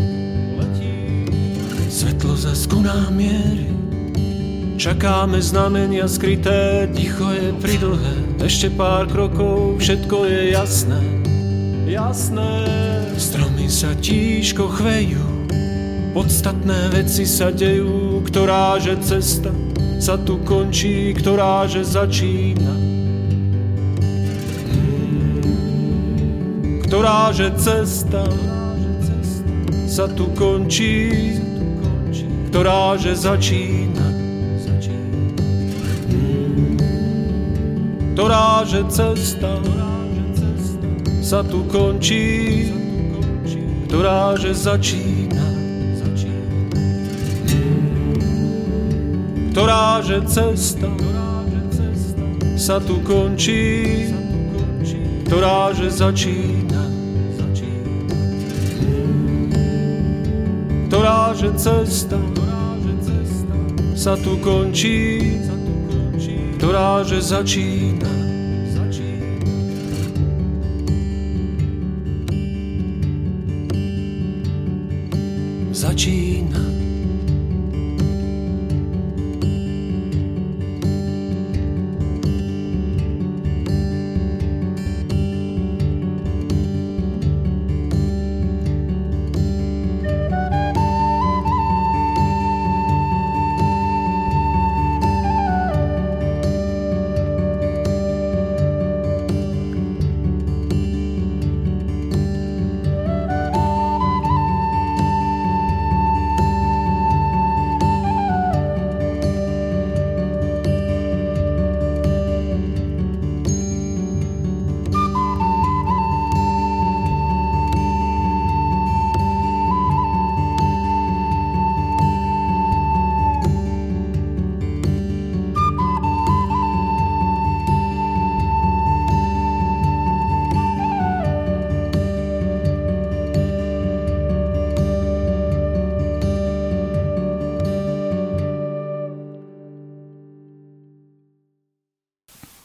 Svetlo zas ku nám mierí, čakáme znamenia skryté, ticho je pridlhé, ešte pár krokov, všetko je jasné. Stromy sa tížko chvejú, podstatné veci sa dejú, ktoráže cesta sa tu končí, ktoráže začína. Ktoráže cesta sa tu končí, ktoráže začína. Ktoráže cesta sa tu končí, ktoráže začína. Ktoráže cesta sa tu končí, ktoráže začína. Ktoráže cesta sa tu končí, ktoráže začína. Začína.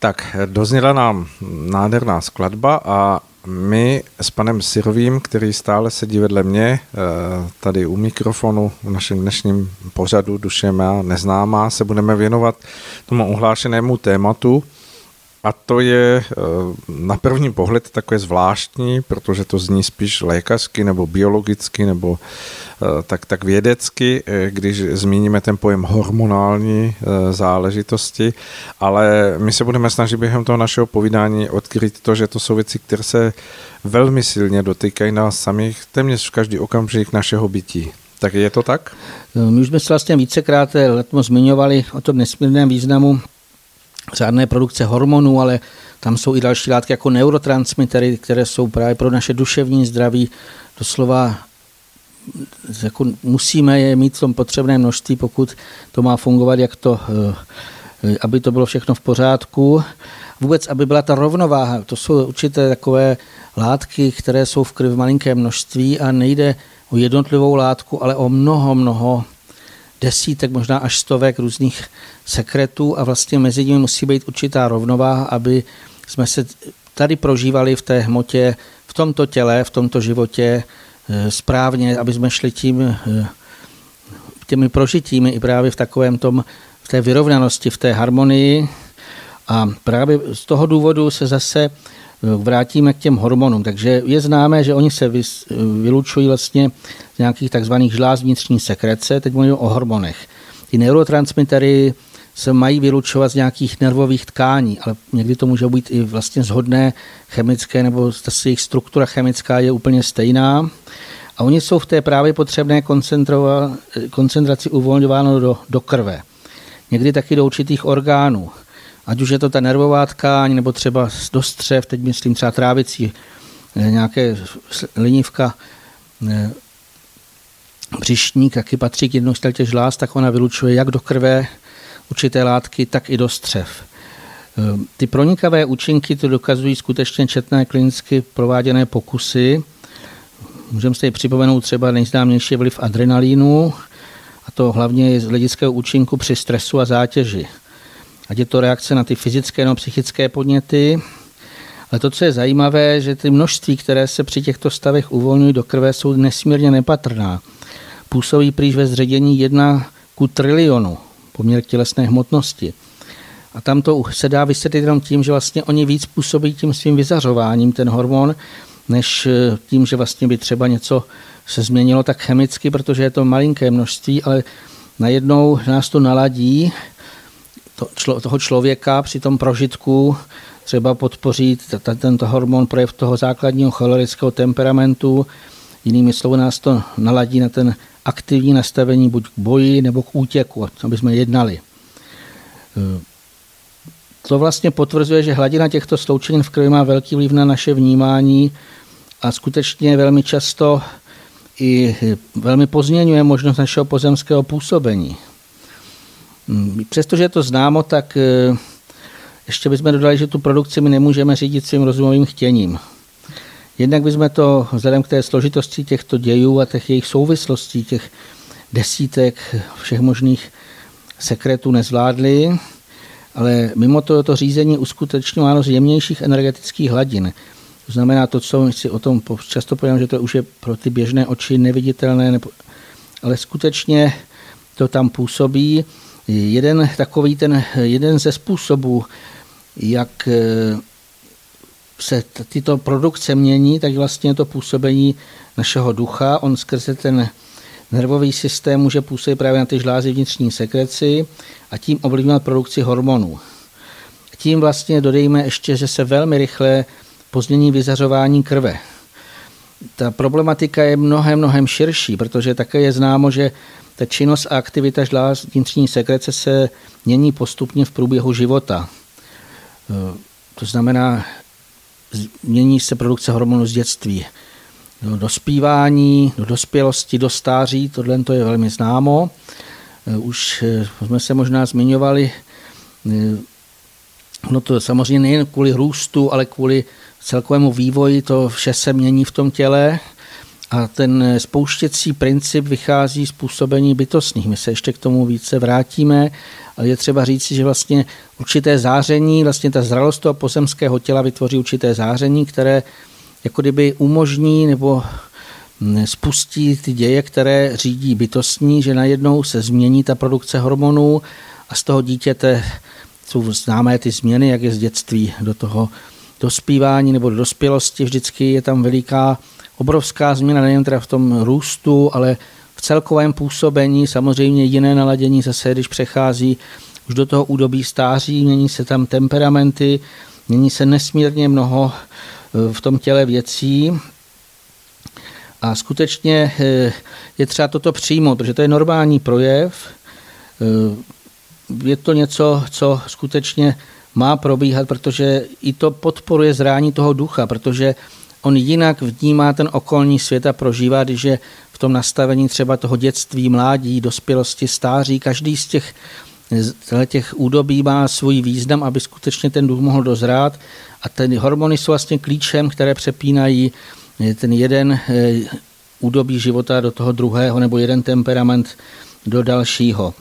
Tak, dozněla nám nádherná skladba a my s panem Syrovým, který stále sedí vedle mě, tady u mikrofonu v našem dnešním pořadu Duše má neznámá, se budeme věnovat tomu ohlášenému tématu. A to je na první pohled takové zvláštní, protože to zní spíš lékařsky nebo biologicky nebo tak vědecky, když zmíníme ten pojem hormonální záležitosti, ale my se budeme snažit během toho našeho povídání odkryt to, že to jsou věci, které se velmi silně dotýkají nás samých téměř v každý okamžik našeho bytí. Tak je to tak? My už jsme se vlastně vícekrát letmo zmiňovali o tom nesmírném významu řádné produkce hormonů, ale tam jsou i další látky jako neurotransmitery, které jsou právě pro naše duševní zdraví doslova jako musíme je mít v tom potřebné množství, pokud to má fungovat, jak to, aby to bylo všechno v pořádku. Vůbec, aby byla ta rovnováha, to jsou určité takové látky, které jsou v krvi v malinkém množství a nejde o jednotlivou látku, ale o mnoho desítek, možná až stovek různých sekretů a vlastně mezi nimi musí být určitá rovnováha, aby jsme se tady prožívali v té hmotě, v tomto těle, v tomto životě správně, aby jsme šli těmi prožitími i právě v takovém v té vyrovnanosti, v té harmonii. A právě z toho důvodu se zase vrátíme k těm hormonům. Takže je známé, že oni se vylučují vlastně z nějakých takzvaných žláz vnitřní sekrece, teď mluvím o hormonech. Ty neurotransmitery se mají vylučovat z nějakých nervových tkání, ale někdy to může být i vlastně shodné chemické, nebo jejich struktura chemická je úplně stejná. A oni jsou v té právě potřebné koncentraci uvolňováno do krve. Někdy taky do určitých orgánů. Ať už je to ta nervová tkáň, nebo třeba do střev, teď myslím třeba trávicí, nějaké linivka, břišník, taky patří k jednou z těch žláz, tak ona vylučuje jak do krve určité látky, tak i do střev. Ty pronikavé účinky to dokazují skutečně četné klinicky prováděné pokusy. Můžeme si připomenout třeba nejznámější vliv adrenalínu, a to hlavně z hlediského účinku při stresu a zátěži. Ať je to reakce na ty fyzické nebo psychické podněty. Ale to, co je zajímavé, že ty množství, které se při těchto stavech uvolňují do krve, jsou nesmírně nepatrná. Působí prý ve zředění 1:1 trilionu, poměr k tělesné hmotnosti. A tam to se dá vysvětlit jenom tím, že vlastně oni víc působí tím svým vyzařováním, ten hormon, než tím, že vlastně by třeba něco se změnilo tak chemicky, protože je to malinké množství, ale najednou nás to naladí toho člověka při tom prožitku, třeba podpoří tento hormon projev toho základního cholerického temperamentu. Jinými slovy nás to naladí na ten aktivní nastavení buď k boji nebo k útěku, aby jsme jednali. To vlastně potvrzuje, že hladina těchto sloučenin v krvi má velký vliv na naše vnímání a skutečně velmi často i velmi pozměňuje možnost našeho pozemského působení. Přestože je to známo, tak ještě bychom dodali, že tu produkci my nemůžeme řídit svým rozumovým chtěním. Jednak bychom to vzhledem k té složitosti těchto dějů a těch jejich souvislostí, těch desítek všech možných sekretů nezvládli, ale mimo to je to řízení uskutečňováno z jemnějších energetických hladin. To znamená to, co si o tom často povím, že to už je pro ty běžné oči neviditelné, ale skutečně to tam působí. Jeden ze způsobů, jak se tyto produkce mění, tak vlastně to působení našeho ducha. On skrze ten nervový systém může působit právě na ty žlázy vnitřní sekreci a tím ovlivňovat produkci hormonů. Tím vlastně dodejme ještě, že se velmi rychle pozmění vyzařování krve. Ta problematika je mnohem širší, protože také je známo, že ta činnost a aktivita žláz vnitřní sekrece se mění postupně v průběhu života. To znamená, mění se produkce hormonů z dětství do dospívání, do dospělosti, do stáří, tohle je velmi známo. Už jsme se možná zmiňovali, no to samozřejmě nejen kvůli růstu, ale kvůli celkovému vývoji, to vše se mění v tom těle A ten spouštěcí princip vychází z působení bytostných. My se ještě k tomu více vrátíme, ale je třeba říci, že vlastně určité záření, vlastně ta zralost toho pozemského těla vytvoří určité záření, které jako kdyby umožní nebo spustí ty děje, které řídí bytostní, že najednou se změní ta produkce hormonů a z toho dítěte jsou známé ty změny, jak je z dětství do toho dospívání nebo do dospělosti. Vždycky je tam obrovská změna, nejen teda v tom růstu, ale v celkovém působení, samozřejmě jiné naladění zase, když přechází už do toho údobí stáří, mění se tam temperamenty, mění se nesmírně mnoho v tom těle věcí a skutečně je třeba toto přijmout, protože to je normální projev, je to něco, co skutečně má probíhat, protože i to podporuje zrání toho ducha, protože on jinak vnímá ten okolní svět a prožívá, když je v tom nastavení třeba toho dětství, mládí, dospělosti, stáří. Každý z těch údobí má svůj význam, aby skutečně ten duch mohl dozrát. A ty hormony jsou vlastně klíčem, které přepínají ten jeden údobí života do toho druhého nebo jeden temperament do dalšího.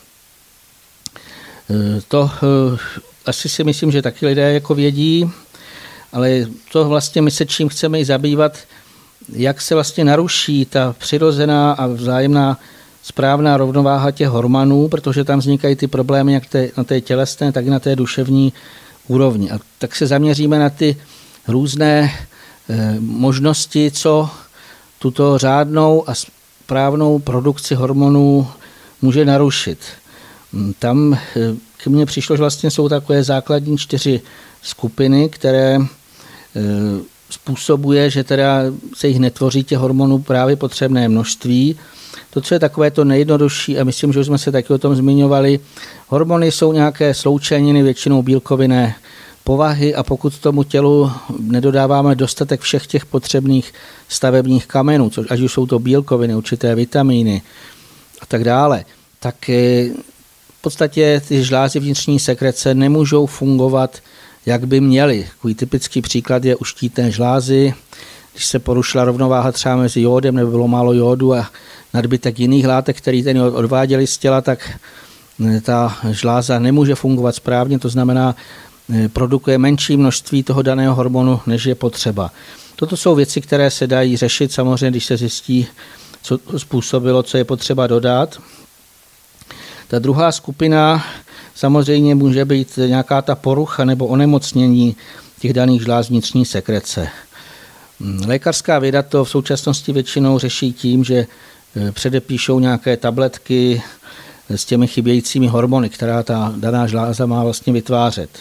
To asi si myslím, že taky lidé jako vědí, ale to vlastně my se čím chceme i zabývat, jak se vlastně naruší ta přirozená a vzájemná správná rovnováha těch hormonů, protože tam vznikají ty problémy jak na té tělesné, tak i na té duševní úrovni. A tak se zaměříme na ty různé možnosti, co tuto řádnou a správnou produkci hormonů může narušit. Tam k mně přišlo, že vlastně jsou takové základní 4 skupiny, které způsobuje, že teda se jich netvoří těch hormonů právě potřebné množství. To, co je takové to nejjednodušší, a myslím, že už jsme se taky o tom zmiňovali, hormony jsou nějaké sloučeniny, většinou bílkovinné povahy a pokud tomu tělu nedodáváme dostatek všech těch potřebných stavebních kamenů, což ať už jsou to bílkoviny, určité vitamíny a tak dále, tak v podstatě ty žlázy vnitřní sekrece nemůžou fungovat, jak by měly. Takový typický příklad je u štítné žlázy, když se porušila rovnováha třeba mezi jódem, nebo bylo málo jódu a nadbytek jiných látek, který ten jód odváděli z těla, tak ta žláza nemůže fungovat správně, to znamená, produkuje menší množství toho daného hormonu, než je potřeba. Toto jsou věci, které se dají řešit samozřejmě, když se zjistí, co to způsobilo, co je potřeba dodat. Ta druhá skupina samozřejmě může být nějaká ta porucha nebo onemocnění těch daných žláz vnitřní sekrece. Lékařská věda to v současnosti většinou řeší tím, že předepíšou nějaké tabletky s těmi chybějícími hormony, která ta daná žláza má vlastně vytvářet.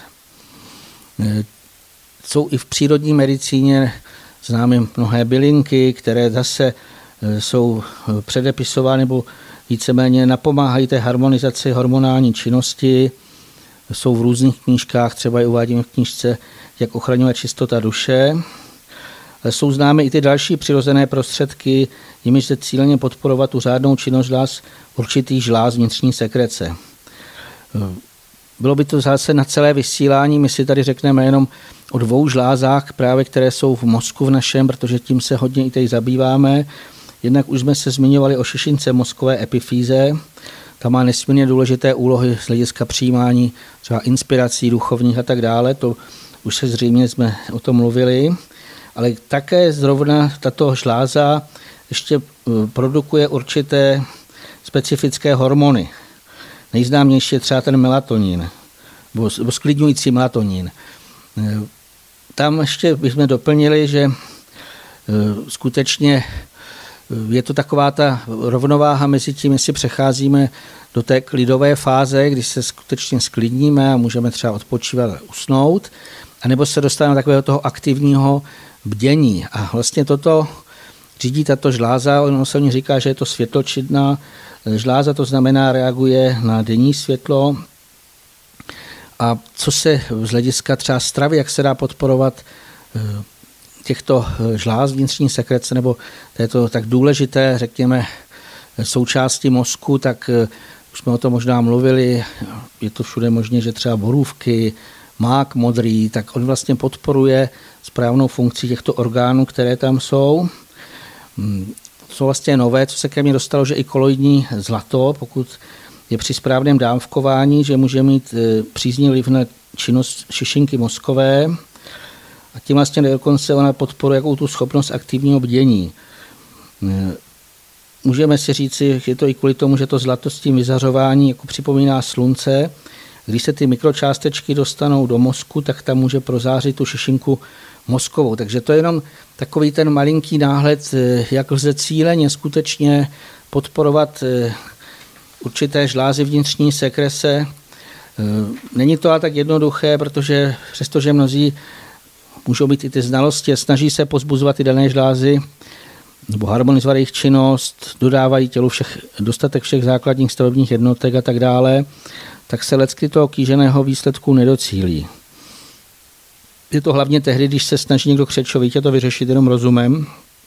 Jsou i v přírodní medicíně známy mnohé bylinky, které zase jsou předepisovány nebo víceméně napomáhají té harmonizaci hormonální činnosti. Jsou v různých knížkách, třeba i uvádíme v knížce, jak ochraňovat čistota duše. Jsou známy i ty další přirozené prostředky, jimiž se cíleně podporovat tu řádnou činnost žláz určitých žláz vnitřní sekrece. Bylo by to zase na celé vysílání, my si tady řekneme jenom o 2 žlázách, právě které jsou v mozku v našem, protože tím se hodně i tady zabýváme. Jednak už jsme se zmiňovali o šišince mozkové epifýze. Ta má nesmírně důležité úlohy z hlediska přijímání třeba inspirací duchovních a tak dále. To už se zřejmě jsme o tom mluvili. Ale také zrovna tato žláza ještě produkuje určité specifické hormony. Nejznámější je třeba ten melatonin, nebo sklidňující melatonin. Tam ještě bychom doplnili, že skutečně je to taková ta rovnováha mezi tím, jestli přecházíme do té klidové fáze, když se skutečně sklidníme a můžeme třeba odpočívat a usnout, anebo se dostaneme do takového toho aktivního bdění. A vlastně toto řídí tato žláza, ono se o ní říká, že je to světločidná žláza, to znamená reaguje na denní světlo. A co se z hlediska třeba stravy, jak se dá podporovat těchto žláz vnitřní sekrece, nebo této tak důležité, řekněme, součásti mozku, tak už jsme o tom možná mluvili, je to všude možné, že třeba borůvky, mák modrý, tak on vlastně podporuje správnou funkci těchto orgánů, které tam jsou. co vlastně nové, co se ke mně dostalo, že i koloidní zlato, pokud je při správném dávkování, že může mít příznivý vliv na činnost šišinky mozkové a tím vlastně dokonce ona podporuje jakou tu schopnost aktivního bdění. Můžeme si říci, je to i kvůli tomu, že to zlato s tím vyzařování jako připomíná slunce. Když se ty mikročástečky dostanou do mozku, tak tam může prozářit tu šišinku mozkovou. Takže to je jenom takový ten malinký náhled, jak lze cíleně skutečně podporovat určité žlázy vnitřní sekrese. Není to ale tak jednoduché, protože přestože mnozí můžou být i ty znalosti, snaží se pozbuzovat ty dané žlázy, nebo harmonizovat jejich činnost, dodávají tělu dostatek všech základních stavebních jednotek a tak dále, tak se lecky toho kýženého výsledku nedocílí. Je to hlavně tehdy, když se snaží někdo křečovitě to vyřešit jenom rozumem.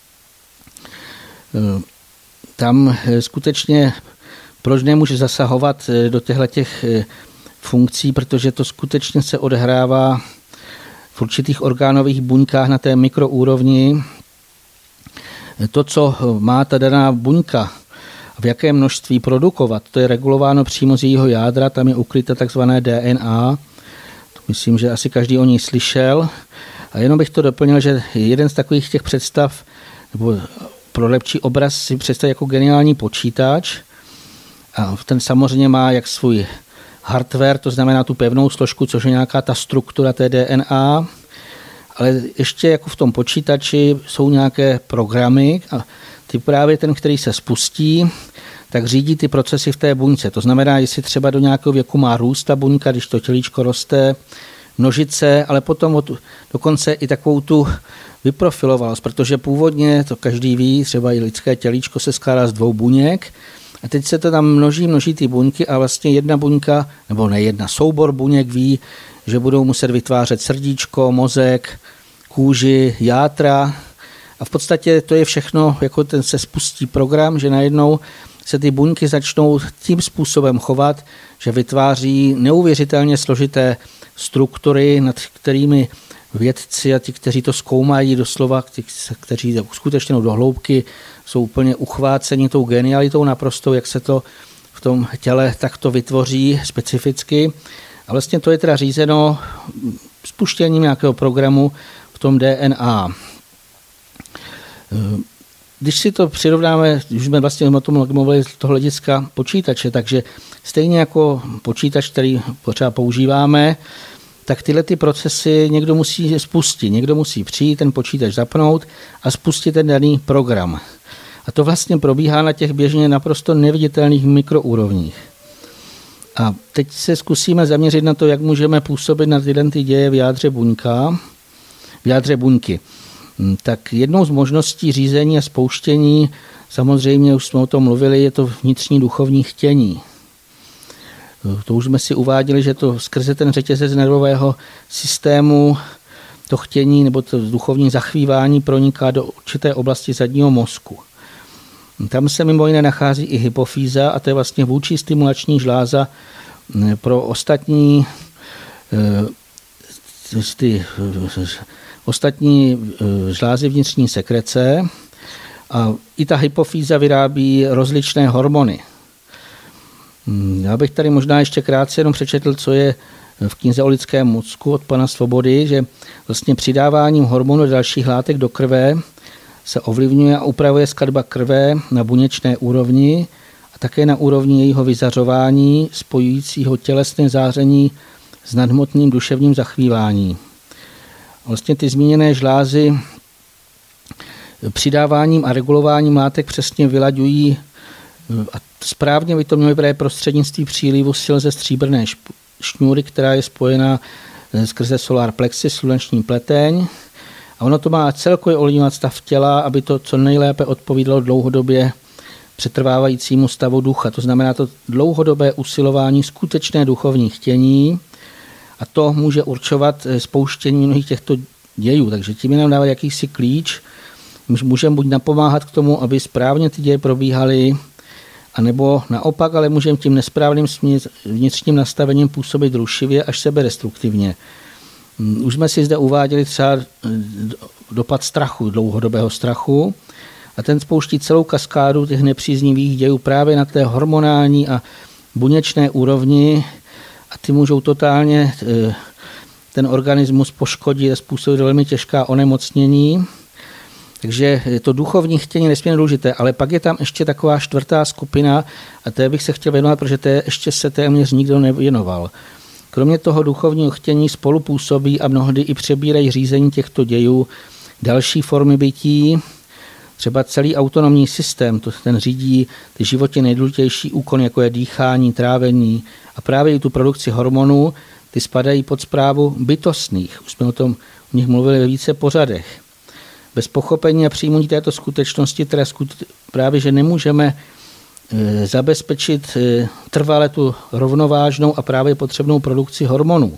Tam skutečně proč nemůže zasahovat do těchto funkcí, protože to skutečně se odehrává v určitých orgánových buňkách na té mikroúrovni. To, co má ta daná buňka, v jakém množství produkovat, to je regulováno přímo z jejího jádra, tam je ukryté takzvané DNA. Myslím, že asi každý o ní slyšel. A jenom bych to doplnil, že jeden z takových těch představ, nebo pro lepší obraz si představit jako geniální počítač. A ten samozřejmě má jak svůj hardware, to znamená tu pevnou složku, což je nějaká ta struktura té DNA, ale ještě jako v tom počítači jsou nějaké programy a ty právě ten, který se spustí, tak řídí ty procesy v té buňce. To znamená, jestli třeba do nějakého věku má růst ta buňka, když to tělíčko roste, množit se, ale potom dokonce i takovou tu vyprofilovanost, protože původně, to každý ví, třeba i lidské tělíčko se skládá z 2 buněk a teď se to tam množí ty buňky a vlastně jedna buňka, nebo ne jedna, soubor buněk ví, že budou muset vytvářet srdíčko, mozek, kůži, játra a v podstatě to je všechno, jako ten se spustí program, že najednou se ty buňky začnou tím způsobem chovat, že vytváří neuvěřitelně složité struktury, nad kterými vědci a ti, kteří to zkoumají doslova, kteří skutečně do hloubky jsou úplně uchváceni tou genialitou naprosto, jak se to v tom těle takto vytvoří specificky. A vlastně to je teda řízeno spuštěním nějakého programu v tom DNA. Když si to přirovnáme, už jsme vlastně o tom mluvili z toho hlediska počítače, takže stejně jako počítač, který pořád používáme, tak tyhle ty procesy někdo musí spustit, někdo musí přijít, ten počítač zapnout a spustit ten daný program. A to vlastně probíhá na těch běžně naprosto neviditelných mikroúrovních. A teď se zkusíme zaměřit na to, jak můžeme působit na tyhle ty děje v jádře buňky. Tak jednou z možností řízení a spouštění, samozřejmě už jsme o tom mluvili, je to vnitřní duchovní chtění. To už jsme si uváděli, že to skrze ten řetězec nervového systému to chtění nebo to duchovní zachvívání proniká do určité oblasti zadního mozku. Tam se mimo jiné nachází i hypofýza a to je vlastně vůdčí stimulační žláza pro ostatní žlázy vnitřní sekrece a i ta hypofýza vyrábí rozličné hormony. Já bych tady možná ještě krátce jenom přečetl, co je v knize o lidském mozku od pana Svobody, že vlastně přidáváním hormonů dalších látek do krve se ovlivňuje a upravuje skladba krve na buněčné úrovni a také na úrovni jejího vyzařování, spojujícího tělesné záření s nadhmotným duševním zachvíváním. Vlastně ty zmíněné žlázy přidáváním a regulováním látek přesně vylaďují a správně by to mělo být prostřednictví přílivu sil ze stříbrné šňůry, která je spojená skrze solar plexus, sluneční pleteň. A ono to má celkově ovlivňovat stav těla, aby to co nejlépe odpovídalo dlouhodobě přetrvávajícímu stavu ducha. To znamená to dlouhodobé usilování skutečné duchovní chtění a to může určovat spouštění mnohých těchto dějů. Takže tím nám dává jakýsi klíč. Můžeme buď napomáhat k tomu, aby správně ty děje probíhaly, anebo naopak, ale můžeme tím nesprávným vnitřním nastavením působit rušivě až sebedestruktivně. Už jsme si zde uváděli třeba dopad strachu, dlouhodobého strachu. a ten spouští celou kaskádu těch nepříznivých dějů právě na té hormonální a buněčné úrovni a ty můžou totálně ten organismus poškodit a způsobit velmi těžká onemocnění. Takže to duchovní chtění je nesmírně důležité, ale pak je tam ještě taková čtvrtá skupina a té bych se chtěl věnovat, protože té ještě se téměř nikdo nevěnoval. Kromě toho duchovního chtění spolupůsobí a mnohdy i přebírají řízení těchto dějů další formy bytí, třeba celý autonomní systém, ten řídí ty životě nejdůležitější úkony, jako je dýchání, trávení a právě i tu produkci hormonů, ty spadají pod správu bytostných. Už jsme o tom o nich mluvili ve více pořadech. Bez pochopení a přijmutí této skutečnosti, teda právě, že nemůžeme zabezpečit trvale tu rovnovážnou a právě potřebnou produkci hormonů.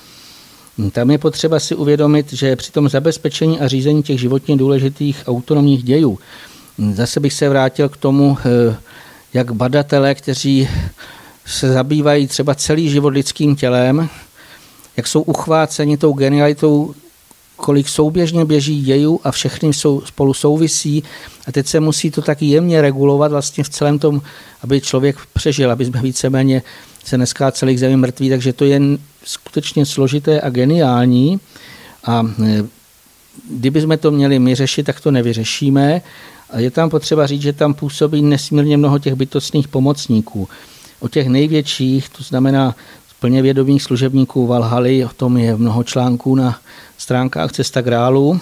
Tam je potřeba si uvědomit, že při tom zabezpečení a řízení těch životně důležitých autonomních dějů, zase bych se vrátil k tomu, jak badatelé, kteří se zabývají třeba celý život lidským tělem, jak jsou uchváceni tou genialitou, kolik souběžně běží dějů a všechny spolu souvisí a teď se musí to taky jemně regulovat vlastně v celém tom, aby člověk přežil, aby jsme víceméně se neskáceli k zemi mrtví, takže to je skutečně složité a geniální a kdybychom to měli my řešit, tak to nevyřešíme a je tam potřeba říct, že tam působí nesmírně mnoho těch bytostných pomocníků. O těch největších, to znamená plně vědomých služebníků Valhaly, o tom je mnoho článků na stránkách Cesta Grálu,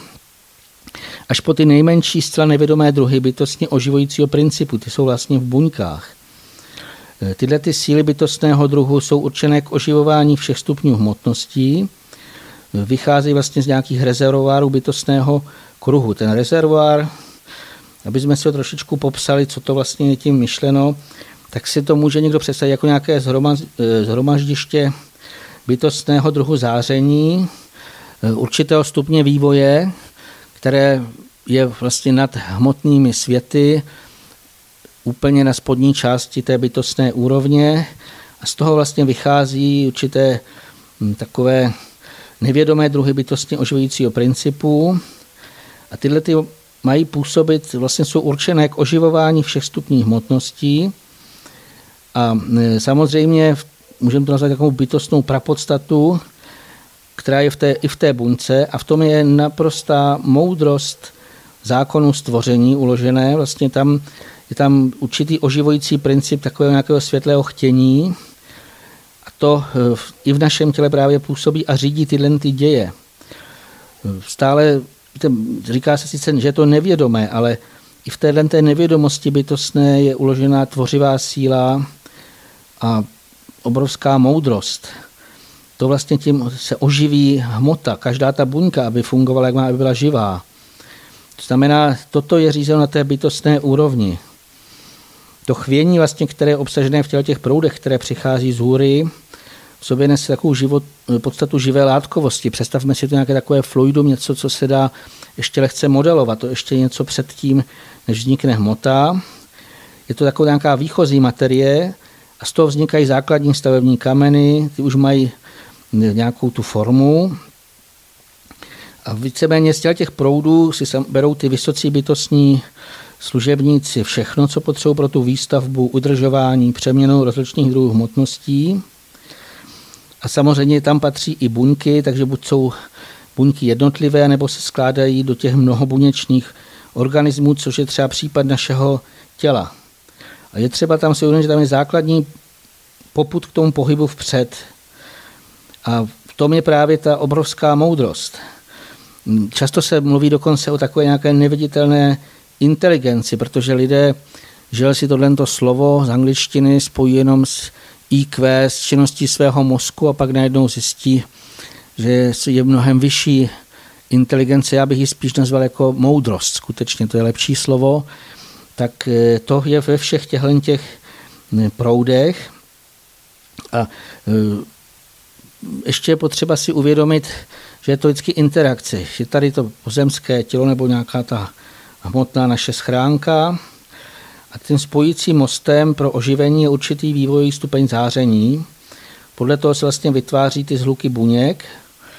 až po ty nejmenší zcela nevědomé druhy bytostně oživujícího principu, ty jsou vlastně v buňkách. Tyhle ty síly bytostného druhu jsou určené k oživování všech stupňů hmotností, vycházejí vlastně z nějakých rezervoárů bytostného kruhu. Ten rezervoár, aby jsme si ho trošičku popsali, co to vlastně je tím myšleno, tak si to může někdo představit jako nějaké shromaždiště bytostného druhu záření, určitého stupně vývoje, které je vlastně nad hmotnými světy, úplně na spodní části té bytostné úrovně a z toho vlastně vychází určité takové nevědomé druhy bytostně oživujícího principu a tyhle ty mají působit, vlastně jsou určené k oživování všech stupních hmotností a samozřejmě můžeme to nazvat takovou bytostnou prapodstatu, která je i v té buňce a v tom je naprostá moudrost zákonu stvoření uložené. Vlastně je tam určitý oživující princip takového nějakého světlého chtění a to i v našem těle právě působí a řídí tyhle ty děje. Stále říká se sice, že je to nevědomé, ale i v té nevědomosti bytostné je uložená tvořivá síla a obrovská moudrost. To vlastně tím se oživí hmota, každá ta buňka, aby fungovala, jak má, aby byla živá. To znamená, toto je řízeno na té bytostné úrovni. To chvění, vlastně, které je obsažené v těch proudech, které přichází z hůry, v sobě nese takovou podstatu živé látkovosti. Představme si to nějaké takové fluidum, něco, co se dá ještě lehce modelovat. To ještě něco před tím, než vznikne hmota. Je to taková nějaká výchozí materie a z toho vznikají základní stavební kameny, ty už mají nějakou tu formu. A víceméně z těch proudů si berou ty vysocí bytostní služebníci všechno, co potřebují pro tu výstavbu, udržování, přeměnu rozličných druhů hmotností. A samozřejmě tam patří i buňky, takže buď jsou buňky jednotlivé, nebo se skládají do těch mnohobuněčných organismů, což je třeba případ našeho těla. A je třeba tam si uvědomit, že tam je základní popud k tomu pohybu vpřed. A v tom je právě ta obrovská moudrost. Často se mluví dokonce o takové nějaké neviditelné inteligenci, protože lidé, žel si tohleto slovo z angličtiny spojí jenom s IQ, s činností svého mozku a pak najednou zjistí, že je mnohem vyšší inteligence, já bych ji spíš nazval jako moudrost, skutečně to je lepší slovo, tak to je ve všech těch proudech. A ještě je potřeba si uvědomit, že je to vždycky interakce. Je tady to pozemské tělo nebo nějaká ta hmotná naše schránka a tím spojícím mostem pro oživení je určitý vývojový stupeň záření. Podle toho se vlastně vytváří ty zhluky buněk.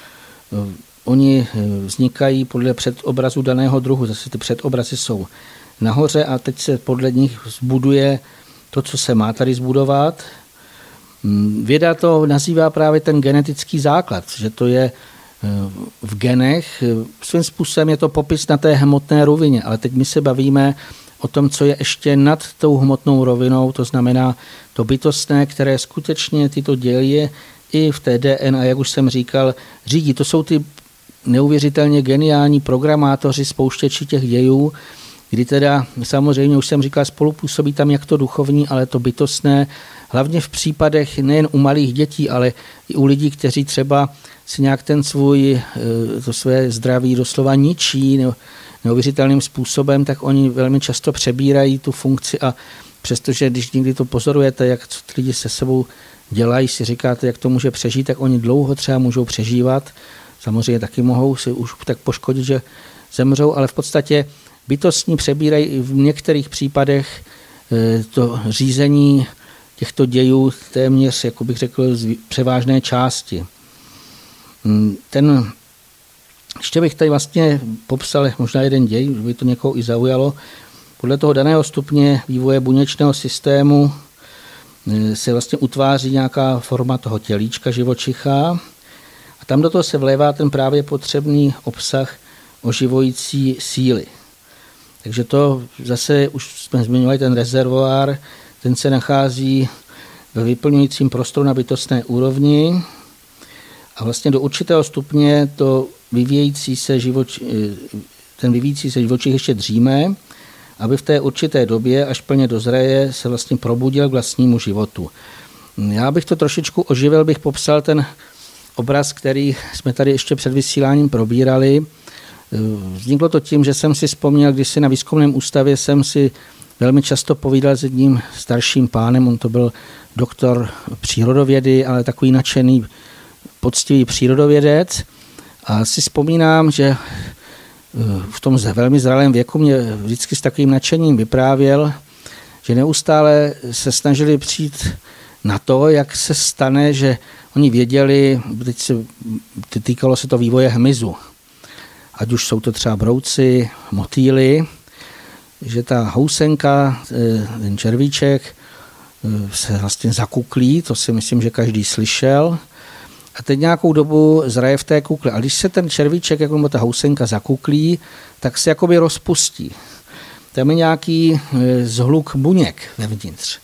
Oni vznikají podle předobrazu daného druhu. Zase ty předobrazy jsou nahoře a teď se podle nich zbuduje to, co se má tady zbudovat. Věda to nazývá právě ten genetický základ, že to je v genech. Svým způsobem je to popis na té hmotné rovině, ale teď my se bavíme o tom, co je ještě nad tou hmotnou rovinou, to znamená to bytostné, které skutečně tyto děje i v té DNA, jak už jsem říkal, řídí. To jsou ty neuvěřitelně geniální programátoři, spouštěči těch dějů, kdy teda samozřejmě, už jsem říkal, spolupůsobí tam jak to duchovní, ale to bytostné, hlavně v případech nejen u malých dětí, ale i u lidí, kteří třeba si nějak to své zdraví doslova ničí neuvěřitelným způsobem, tak oni velmi často přebírají tu funkci a přestože, když někdy to pozorujete, jak co ty lidi se sebou dělají, si říkáte, jak to může přežít, tak oni dlouho třeba můžou přežívat. Samozřejmě taky mohou si už tak poškodit, že zemřou, ale v podstatě bytostní přebírají i v některých případech to řízení těchto dějů téměř, jako bych řekl, z převážné části. Ještě bych tady vlastně popsal možná jeden děj, by to někoho i zaujalo. Podle toho daného stupně vývoje buněčného systému se vlastně utváří nějaká forma toho tělíčka živočicha a tam do toho se vlévá ten právě potřebný obsah oživující síly. Takže to zase, už jsme zmiňovali ten rezervoár, ten se nachází ve vyplňujícím prostoru na bytostné úrovni a vlastně do určitého stupně ten vyvíjící se živočich ještě dříme, aby v té určité době, až plně dozraje, se vlastně probudil k vlastnímu životu. Já bych to trošičku oživil, bych popsal ten obraz, který jsme tady ještě před vysíláním probírali. Vzniklo to tím, že jsem si vzpomněl, když si na výzkumném ústavě jsem si velmi často povídal s jedním starším pánem, on to byl doktor přírodovědy, ale takový nadšený, poctivý přírodovědec. A si vzpomínám, že v tom velmi zralém věku mě vždycky s takovým nadšením vyprávěl, že neustále se snažili přijít na to, jak se stane, že oni věděli, týkalo se to vývoje hmyzu, ať už jsou to třeba brouci, motýly, že ta housenka, ten červíček se vlastně zakuklí, to si myslím, že každý slyšel, a teď nějakou dobu zraje v té kukle. A když se ten červíček, jako ta housenka zakuklí, tak se jakoby rozpustí. Tam je nějaký zhluk buněk vevnitř.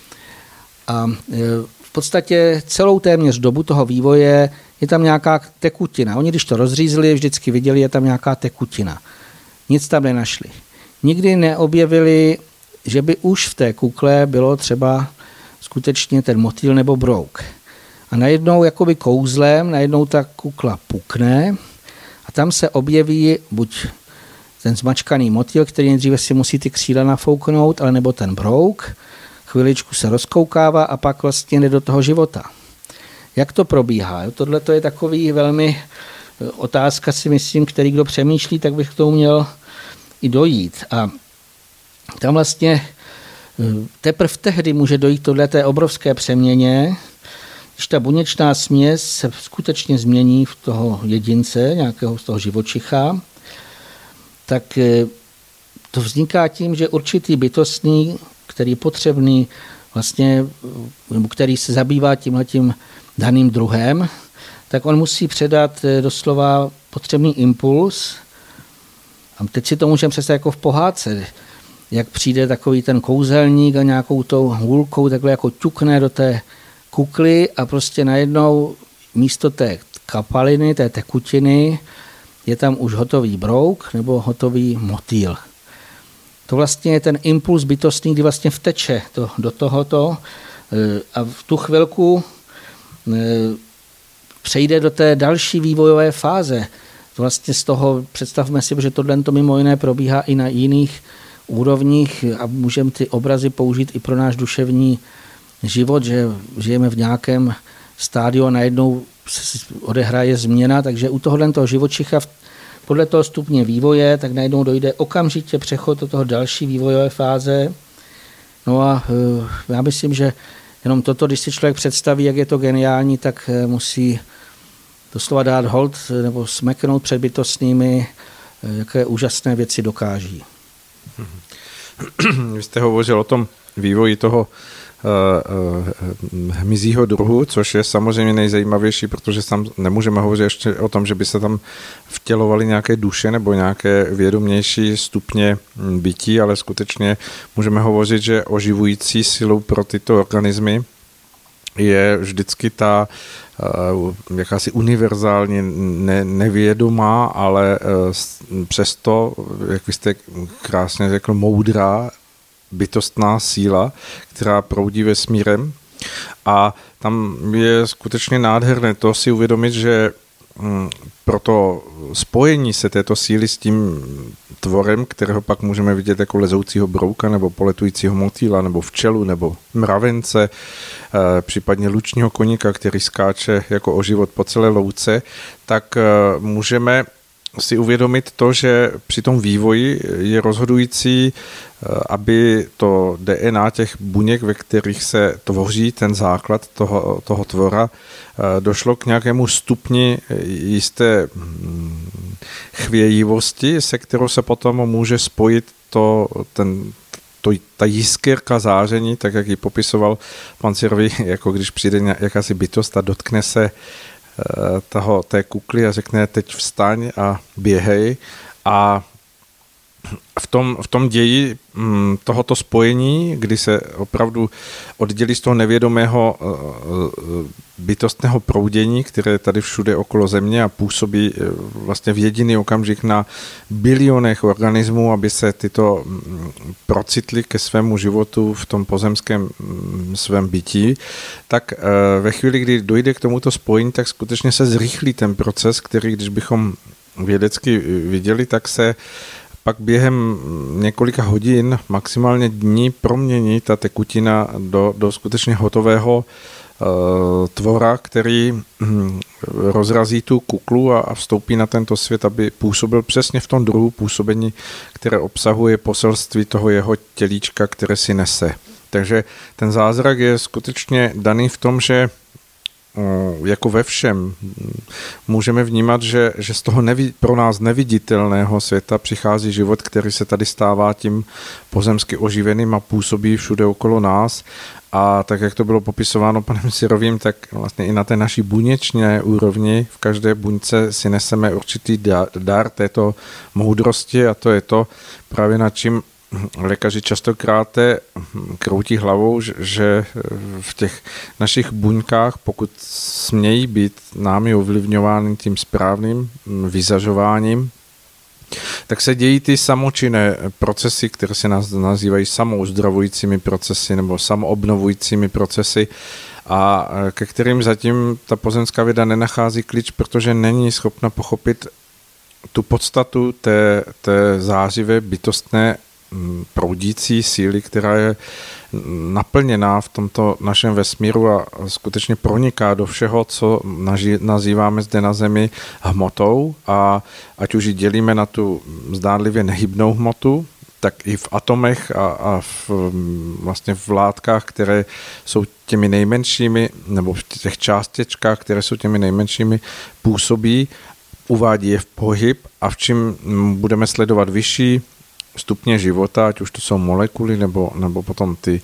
A v podstatě celou téměř dobu toho vývoje je tam nějaká tekutina. Oni, když to rozřízli, vždycky viděli, je tam nějaká tekutina. Nic tam nenašli. Nikdy neobjevili, že by už v té kukle bylo třeba skutečně ten motýl nebo brouk. A najednou jakoby kouzlem, najednou ta kukla pukne a tam se objeví buď ten zmačkaný motýl, který nejdříve si musí ty křídla nafouknout, ale nebo ten brouk, chviličku se rozkoukává a pak vlastně jde do toho života. Jak to probíhá? Tohle to je takový velmi otázka, si myslím, který kdo přemýšlí, tak bych k tomu měl i dojít. A tam vlastně teprve tehdy může dojít tohleté obrovské přeměně, když ta buněčná směs se skutečně změní v toho jedince, nějakého z toho živočicha, tak to vzniká tím, že určitý bytostný, který je potřebný, vlastně, který se zabývá tímhletím daným druhem, tak on musí předat doslova potřebný impuls. A teď si to můžeme představit jako v pohádce, jak přijde takový ten kouzelník a nějakou tou hůlkou takhle jako ťukne do té kukly a prostě najednou místo té kapaliny, té tekutiny, je tam už hotový brouk nebo hotový motýl. To vlastně je ten impuls bytostný, kdy vlastně vteče do tohoto a v tu chvilku přejde do té další vývojové fáze. Vlastně z toho, představme si, že tohle to mimo jiné probíhá i na jiných úrovních a můžeme ty obrazy použít i pro náš duševní život, že žijeme v nějakém stádiu a najednou se odehraje změna, takže u tohoto živočicha podle toho stupně vývoje, tak najednou dojde okamžitě přechod do toho další vývojové fáze. No a já myslím, že jenom toto, když si člověk představí, jak je to geniální, tak musí doslova dát hold nebo smeknout před bytostnými, jaké úžasné věci dokáží. Vy jste hovořil o tom vývoji toho hmyzího druhu, což je samozřejmě nejzajímavější, protože tam nemůžeme hovořit ještě o tom, že by se tam vtělovaly nějaké duše nebo nějaké vědomější stupně bytí, ale skutečně můžeme hovořit, že oživující silou pro tyto organismy je vždycky ta jakási univerzální, nevědomá, ale přesto, jak vy jste krásně řekl, moudrá bytostná síla, která proudí vesmírem. A tam je skutečně nádherné to si uvědomit, že pro to spojení se této síly s tím tvorem, kterého pak můžeme vidět jako lezoucího brouka nebo poletujícího motýla nebo včelu nebo mravence, případně lučního koníka, který skáče jako o život po celé louce, tak můžeme si uvědomit to, že při tom vývoji je rozhodující, aby to DNA těch buněk, ve kterých se tvoří ten základ toho tvora, došlo k nějakému stupni jisté chvějivosti, se kterou se potom může spojit ta jiskyrka záření, tak jak ji popisoval pan Sirvy, jako když přijde jakási bytost a dotkne se té kukly a řekne teď vstaň a běhej. A v tom ději tohoto spojení, kdy se opravdu oddělí z toho nevědomého bytostného proudění, které je tady všude okolo země a působí vlastně v jediný okamžik na bilionech organismů, aby se tyto procitly ke svému životu v tom pozemském svém bytí, tak ve chvíli, kdy dojde k tomuto spojení, tak skutečně se zrychlí ten proces, který, když bychom vědecky viděli, tak se pak během několika hodin, maximálně dní promění ta tekutina do skutečně hotového tvora, který rozrazí tu kuklu a vstoupí na tento svět, aby působil přesně v tom druhu působení, které obsahuje poselství toho jeho tělíčka, které si nese. Takže ten zázrak je skutečně daný v tom, že jako ve všem můžeme vnímat, že z toho pro nás neviditelného světa přichází život, který se tady stává tím pozemsky oživeným a působí všude okolo nás. A tak, jak to bylo popisováno panem Sirovým, tak vlastně i na té naší buněčné úrovni v každé buňce si neseme určitý dar této moudrosti a to je to právě nad čím lékaři častokrát kroutí hlavou, že v těch našich buňkách, pokud smějí být námi ovlivňovány tím správným vyzařováním, tak se dějí ty samočinné procesy, které se nazývají samouzdravujícími procesy nebo samoobnovujícími procesy a ke kterým zatím ta pozemská věda nenachází klíč, protože není schopna pochopit tu podstatu té zářivé bytostné proudící síly, která je naplněná v tomto našem vesmíru a skutečně proniká do všeho, co nazýváme zde na Zemi hmotou a ať už ji dělíme na tu zdánlivě nehybnou hmotu, tak i v atomech a vlastně v látkách, které jsou těmi nejmenšími, nebo v těch částečkách, které jsou těmi nejmenšími, působí, uvádí je v pohyb a v čím budeme sledovat vyšší stupně života, ať už to jsou molekuly nebo potom ty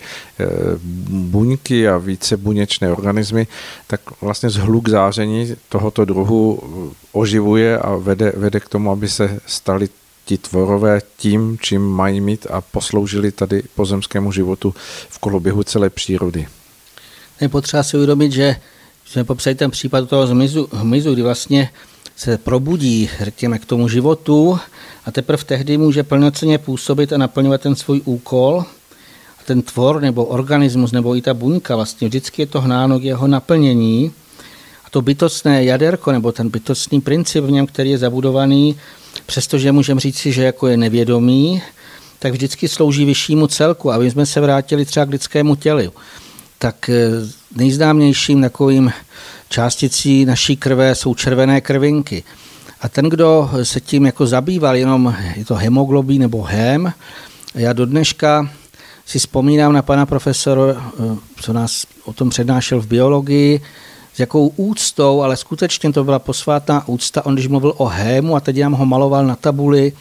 buňky a více buněčné organismy, tak vlastně zhluk záření tohoto druhu oživuje a vede k tomu, aby se stali ti tvorové tím, čím mají mít a posloužili tady pozemskému životu v koloběhu celé přírody. Je potřeba si uvědomit, že jsme popsali ten případ toho hmyzu, kdy vlastně se probudí, řekněme, k tomu životu a teprve tehdy může plnocenně působit a naplňovat ten svůj úkol. A ten tvor nebo organismus nebo i ta buňka, vlastně vždycky je to hnáno k jeho naplnění. A to bytostné jaderko nebo ten bytostný princip v něm, který je zabudovaný, přestože můžeme říct si, že jako je nevědomý, tak vždycky slouží vyššímu celku. Aby jsme se vrátili třeba k lidskému tělu, tak nejznámějším takovým částicí naší krve jsou červené krvinky. A ten, kdo se tím jako zabýval, jenom je to hemoglobin nebo hem, já do dneška si vzpomínám na pana profesora, co nás o tom přednášel v biologii, s jakou úctou, ale skutečně to byla posvátná úcta, on když mluvil o hému a teď nám ho maloval na tabuli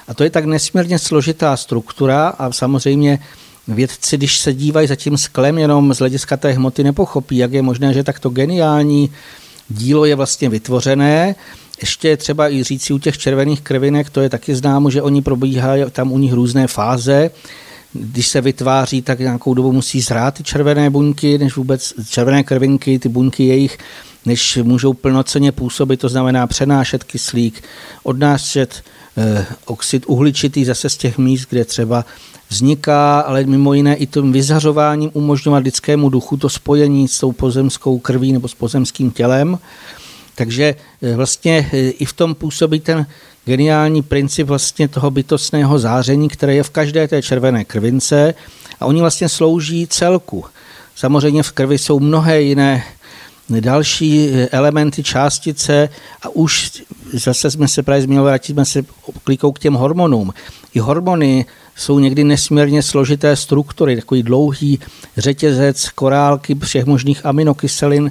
A to je tak nesmírně složitá struktura a samozřejmě vědci, když se dívají za tím sklem jenom z hlediska té hmoty, nepochopí, jak je možné, že takto geniální dílo je vlastně vytvořené. Ještě je třeba i říci u těch červených krvinek, to je taky známo, že oni probíhají tam u nich různé fáze. Když se vytváří, tak nějakou dobu musí zrát ty červené buňky, než vůbec červené krvinky, ty buňky jejich, než můžou plnocenně působit, to znamená přenášet kyslík, odnášet oxid uhličitý zase z těch míst, kde třeba vzniká, ale mimo jiné i tím vyzařováním umožňovat lidskému duchu to spojení s tou pozemskou krví nebo s pozemským tělem. Takže vlastně i v tom působí ten geniální princip vlastně toho bytostného záření, které je v každé té červené krvince a oni vlastně slouží celku. Samozřejmě v krvi jsou mnohé jiné další elementy, částice a už zase jsme se právě zmínili, vrátíme se klikou k těm hormonům. I hormony jsou někdy nesmírně složité struktury, takový dlouhý řetězec, korálky všech možných aminokyselin.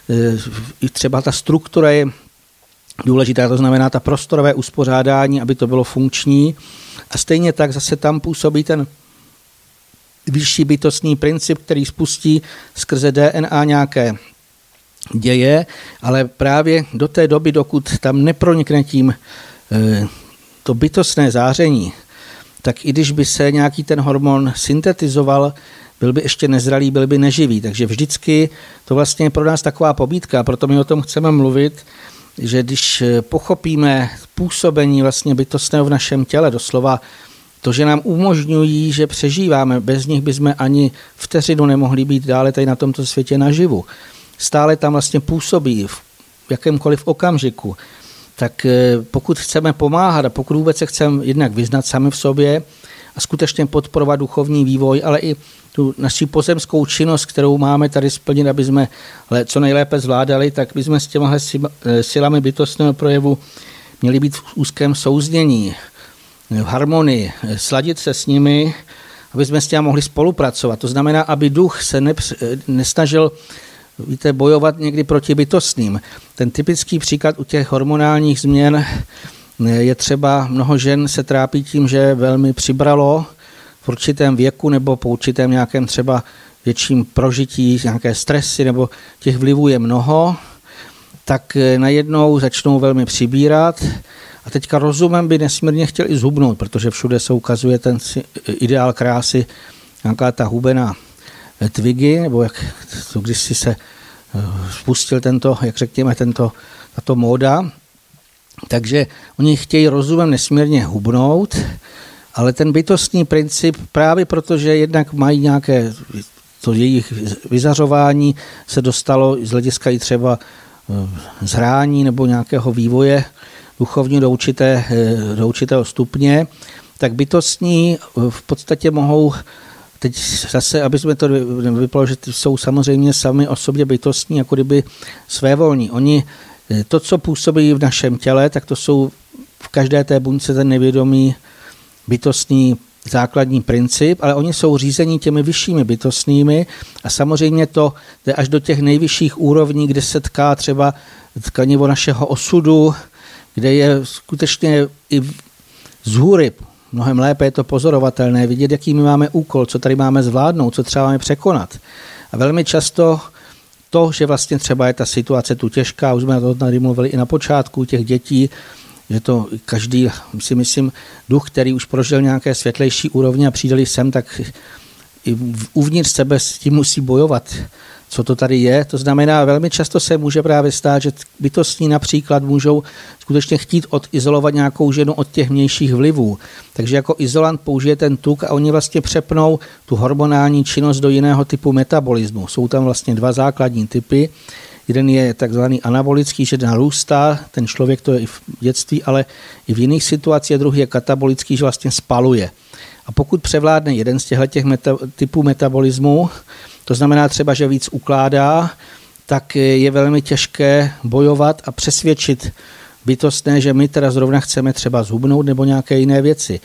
I třeba ta struktura je důležitá, to znamená ta prostorové uspořádání, aby to bylo funkční. A stejně tak zase tam působí ten vyšší bytostný princip, který spustí skrze DNA nějaké děje, ale právě do té doby, dokud tam nepronikne tím to bytostné záření, tak i když by se nějaký ten hormon syntetizoval, byl by ještě nezralý, byl by neživý. Takže vždycky to vlastně je pro nás taková pobídka, proto my o tom chceme mluvit, že když pochopíme působení vlastně bytostného v našem těle, doslova to, že nám umožňují, že přežíváme, bez nich bychom ani vteřinu nemohli být dále tady na tomto světě naživu. Stále tam vlastně působí v jakémkoliv okamžiku. Tak pokud chceme pomáhat a pokud vůbec se chceme jednak vyznat sami v sobě a skutečně podporovat duchovní vývoj, ale i tu naši pozemskou činnost, kterou máme tady splnit, aby jsme co nejlépe zvládali, tak bychom s těmihle silami bytostného projevu měli být v úzkém souznění, v harmonii, sladit se s nimi, aby jsme s těmi mohli spolupracovat. To znamená, aby duch se nesnažil bojovat někdy proti bytostným. Ten typický příklad u těch hormonálních změn je třeba, mnoho žen se trápí tím, že velmi přibralo v určitém věku nebo po určitém nějakém třeba větším prožití, nějaké stresy nebo těch vlivů je mnoho, tak najednou začnou velmi přibírat a teďka rozumem by nesmírně chtěl i zhubnout, protože všude se ukazuje ten ideál krásy, nějaká ta hubená Twiggy, nebo jak to kdysi se spustil tento, jak řekněme, tato móda. Takže oni chtějí rozumem nesmírně hubnout, ale ten bytostný princip právě protože jednak mají nějaké, to jejich vyzařování se dostalo z hlediska i třeba zhrání nebo nějakého vývoje duchovní do určitého stupně, tak bytostní v podstatě mohou. Teď zase, aby jsme to vypadalo, že jsou samozřejmě sami o sobě bytostní, jako kdyby svévolní. Oni, to, co působí v našem těle, tak to jsou v každé té buňce ten nevědomý bytostný základní princip, ale oni jsou řízení těmi vyššími bytostnými a samozřejmě to jde až do těch nejvyšších úrovní, kde se tká třeba tkanivo našeho osudu, kde je skutečně i vzhůry mnohem lépe je to pozorovatelné, vidět, jaký my máme úkol, co tady máme zvládnout, co třeba máme překonat. A velmi často to, že vlastně třeba je ta situace tu těžká, už jsme na to tady mluvili i na počátku těch dětí, že to každý, si myslím, duch, který už prožil nějaké světlejší úrovně a přijde sem, tak i uvnitř sebe s tím musí bojovat, co to tady je. To znamená, velmi často se může právě stát, že bytostní například můžou skutečně chtít odizolovat nějakou ženu od těch vnějších vlivů. Takže jako izolant použije ten tuk a oni vlastně přepnou tu hormonální činnost do jiného typu metabolismu. Jsou tam vlastně dva základní typy. Jeden je takzvaný anabolický, že narůstá, ten člověk to je i v dětství, ale i v jiných situacích, druhý je katabolický, že vlastně spaluje. A pokud převládne jeden z těchto typů metabolismu, to znamená třeba, že víc ukládá, tak je velmi těžké bojovat a přesvědčit bytostné, že my teda zrovna chceme třeba zhubnout nebo nějaké jiné věci.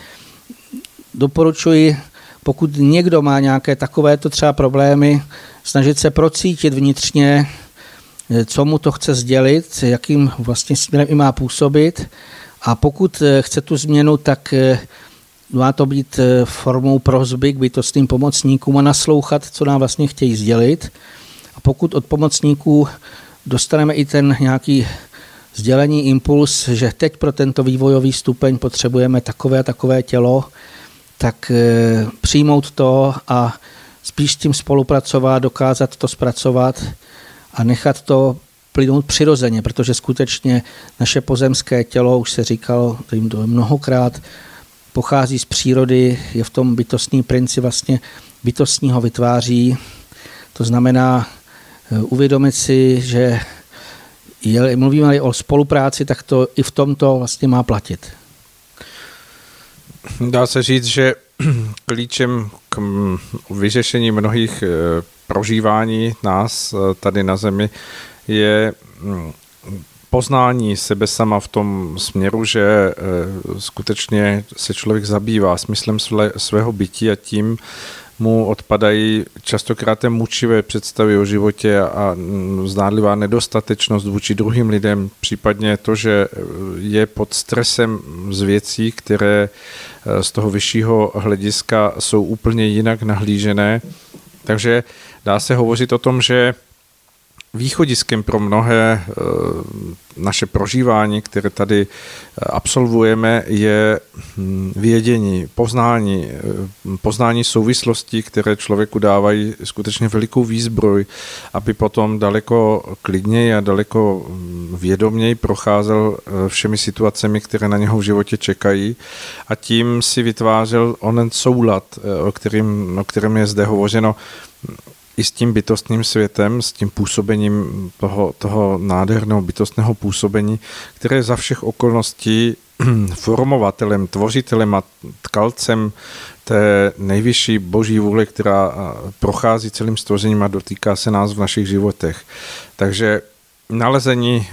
Doporučuji, pokud někdo má nějaké takovéto třeba problémy, snažit se procítit vnitřně, co mu to chce sdělit, jakým vlastně směrem i má působit A pokud chce tu změnu, tak má to být formou prosby k bytostným pomocníkům a naslouchat, co nám vlastně chtějí sdělit. A pokud od pomocníků dostaneme i ten nějaký sdělení, impuls, že teď pro tento vývojový stupeň potřebujeme takové a takové tělo, tak přijmout to a spíš s tím spolupracovat, dokázat to zpracovat a nechat to plynout přirozeně, protože skutečně naše pozemské tělo, už se říkalo mnohokrát, pochází z přírody, je v tom bytostný princip vlastně bytostního vytváří. To znamená uvědomit si, že mluvíme-li o spolupráci, tak to i v tomto vlastně má platit. Dá se říct, že klíčem k vyřešení mnohých prožívání nás tady na Zemi je poznání sebe sama v tom směru, že skutečně se člověk zabývá smyslem svého bytí a tím mu odpadají častokrát mučivé představy o životě a zdánlivá nedostatečnost vůči druhým lidem, případně to, že je pod stresem z věcí, které z toho vyššího hlediska jsou úplně jinak nahlížené. Takže dá se hovořit o tom, že východiskem pro mnohé naše prožívání, které tady absolvujeme, je vědění, poznání souvislostí, které člověku dávají skutečně velikou výzbroj, aby potom daleko klidněji a daleko vědoměji procházel všemi situacemi, které na něho v životě čekají, a tím si vytvářel onen soulad, o kterém je zde hovořeno, i s tím bytostným světem, s tím působením toho nádherného bytostného působení, které je za všech okolností formovatelem, tvořitelem a tkalcem té nejvyšší boží vůle, která prochází celým stvořením a dotýká se nás v našich životech. Takže nalezení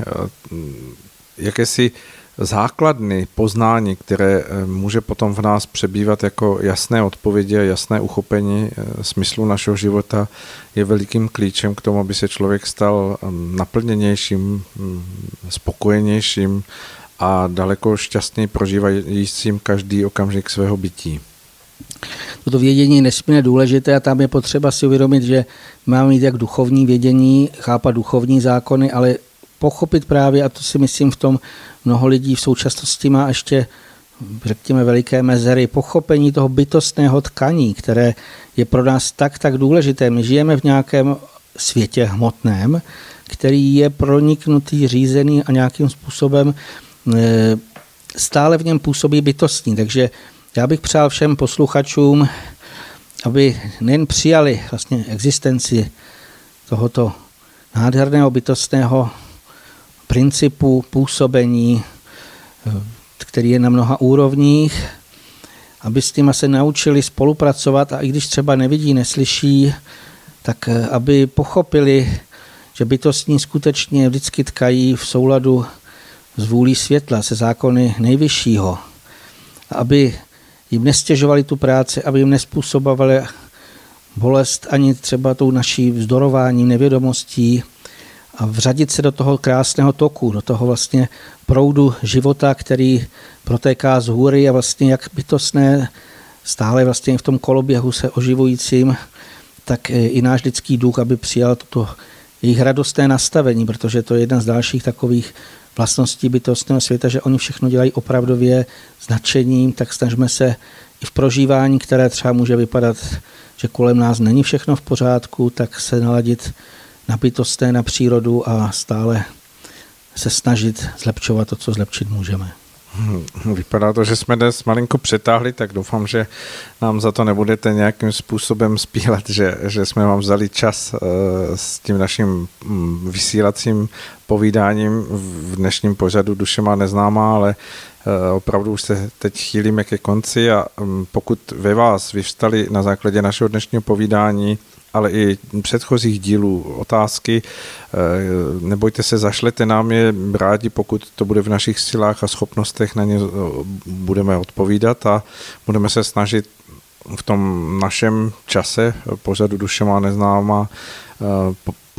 jakési základny poznání, které může potom v nás přebývat jako jasné odpovědi a jasné uchopení smyslu našeho života, je velikým klíčem k tomu, aby se člověk stal naplněnějším, spokojenějším a daleko šťastněji prožívajícím každý okamžik svého bytí. Toto vědění je nesmírně důležité a tam je potřeba si uvědomit, že máme mít jak duchovní vědění, chápat duchovní zákony, ale pochopit právě, a to si myslím v tom mnoho lidí v současnosti má ještě, řekněme, veliké mezery, pochopení toho bytostného tkaní, které je pro nás tak důležité. My žijeme v nějakém světě hmotném, který je proniknutý, řízený a nějakým způsobem stále v něm působí bytostní. Takže já bych přál všem posluchačům, aby nejen přijali vlastně existenci tohoto nádherného bytostného principu působení, který je na mnoha úrovních, aby s tím se naučili spolupracovat a i když třeba nevidí, neslyší, tak aby pochopili, že bytostní skutečně vždycky tkají v souladu s vůlí světla, se zákony nejvyššího. Aby jim nestěžovali tu práci, aby jim nespůsobovali bolest ani třeba tou naší vzdorováním, nevědomostí, a vřadit se do toho krásného toku, do toho vlastně proudu života, který protéká z hůry a vlastně jak bytostné, stále vlastně v tom koloběhu se oživujícím, tak i náš lidský duch, aby přijal toto jejich radostné nastavení, protože to je jedna z dalších takových vlastností bytostného světa, že oni všechno dělají opravdově s nadšením, tak snažíme se i v prožívání, které třeba může vypadat, že kolem nás není všechno v pořádku, tak se naladit na bytostné, na přírodu a stále se snažit zlepšovat to, co zlepšit můžeme. Vypadá to, že jsme dnes malinko přetáhli, tak doufám, že nám za to nebudete nějakým způsobem spílat, že jsme vám vzali čas s tím naším vysílacím povídáním v dnešním pořadu Duše má neznámá, ale opravdu už se teď chýlíme ke konci a pokud ve vás vyvstaly na základě našeho dnešního povídání, ale i předchozích dílů otázky, nebojte se, zašlete nám je rádi, pokud to bude v našich silách a schopnostech, na ně budeme odpovídat a budeme se snažit v tom našem čase pořadu Duše má neznámá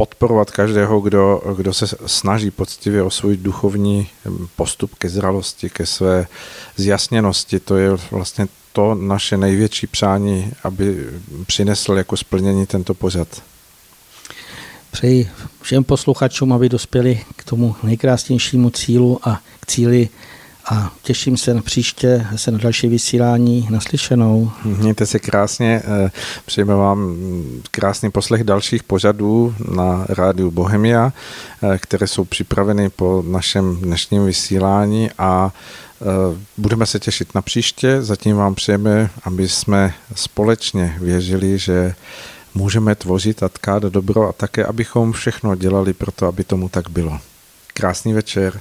podporovat každého, kdo se snaží poctivě o svůj duchovní postup ke zralosti, ke své zjasněnosti. To je vlastně to naše největší přání, aby přinesl jako splnění tento pořad. Přeji všem posluchačům, aby dospěli k tomu nejkrásnějšímu cílu a k cíli a těším se na příště, na další vysílání. Naslyšenou. Mějte se krásně, přejeme vám krásný poslech dalších pořadů na rádiu Bohemia, které jsou připraveny po našem dnešním vysílání a budeme se těšit na příště. Zatím vám přejeme, aby jsme společně věřili, že můžeme tvořit a tkát dobro a také, abychom všechno dělali pro to, aby tomu tak bylo. Krásný večer.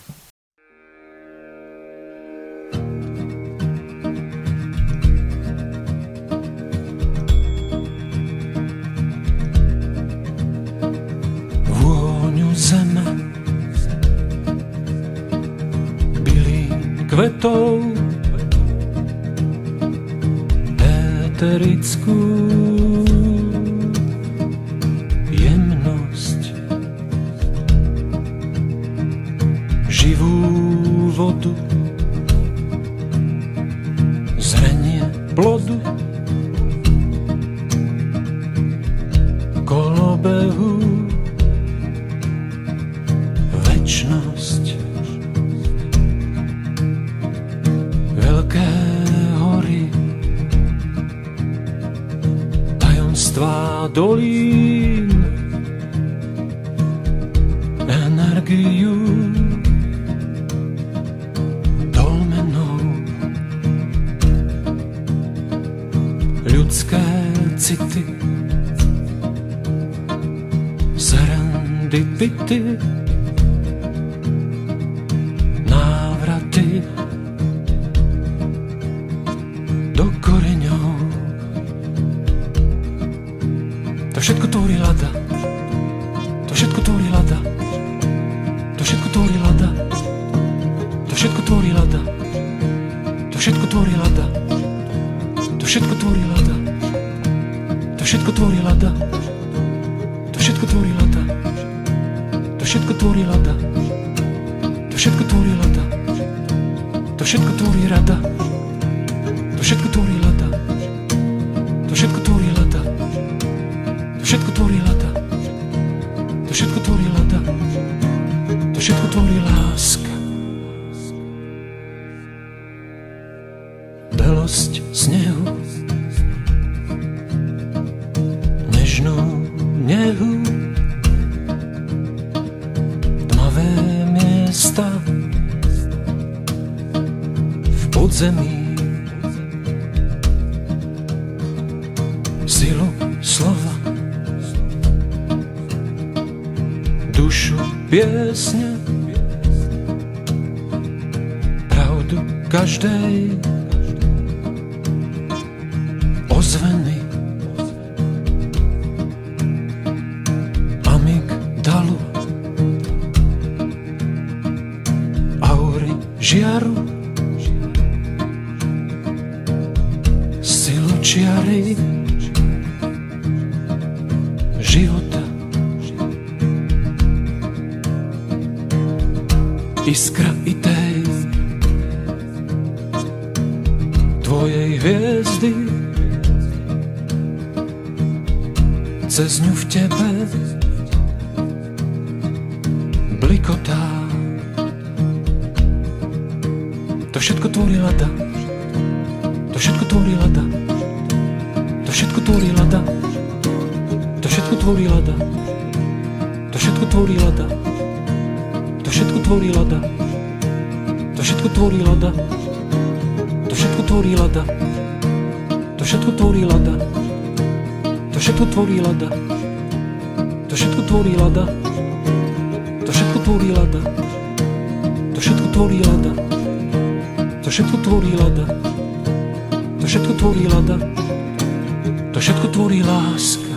Vôňu zeme bylý kvetou éterickú jemnosť, živú vodu, zrenie plodu, kolobehu, večnosť, veľké hory, tajomstvá dolín, energiu dolmenou, ľudské city, serendipity, návraty do koreňov. To všetko tvorí lada, to všetko tvorí lada, to všetko tvorí lada, to všetko tvorí lada, to všetko tvorí lada, to všetko tvorí lada, to všetko tvorí lada, to všetko tvorí lada, to všetko tvorí lada, to všetko tvorí lada, to všetko tvorí rada, to všetko tvorí lada, to všetko tvorí lada, to všetko tvorí lada, to všetko tvorí lada, to všetko tvorí láska. Belosť snehu, nežnú nehu, tmavé miesta v podzemí, silu slova, dušu piesne, pravdu každej ozveny, amygdalu, aury žiaru, silu čiary života, iskra i tej tvojej hviezdy, cez ňu v tebe blikotá. To všetko tvorí lada, to všetko tvorí lada, to všetko tvorí lada, to všetko tvorí lada, to všetko tvorí lada, to všetko tvorí lada, to všetko tvorí lada, to všetko tvorí lada, to všetko tvorí lada, to všetko tvorí lada, to všetko tvorí lada, to všetko tvorí lada, to všetko tvorí lada, to všetko tvorí lada, to všetko tvorí lada, to všetko tvorí láska.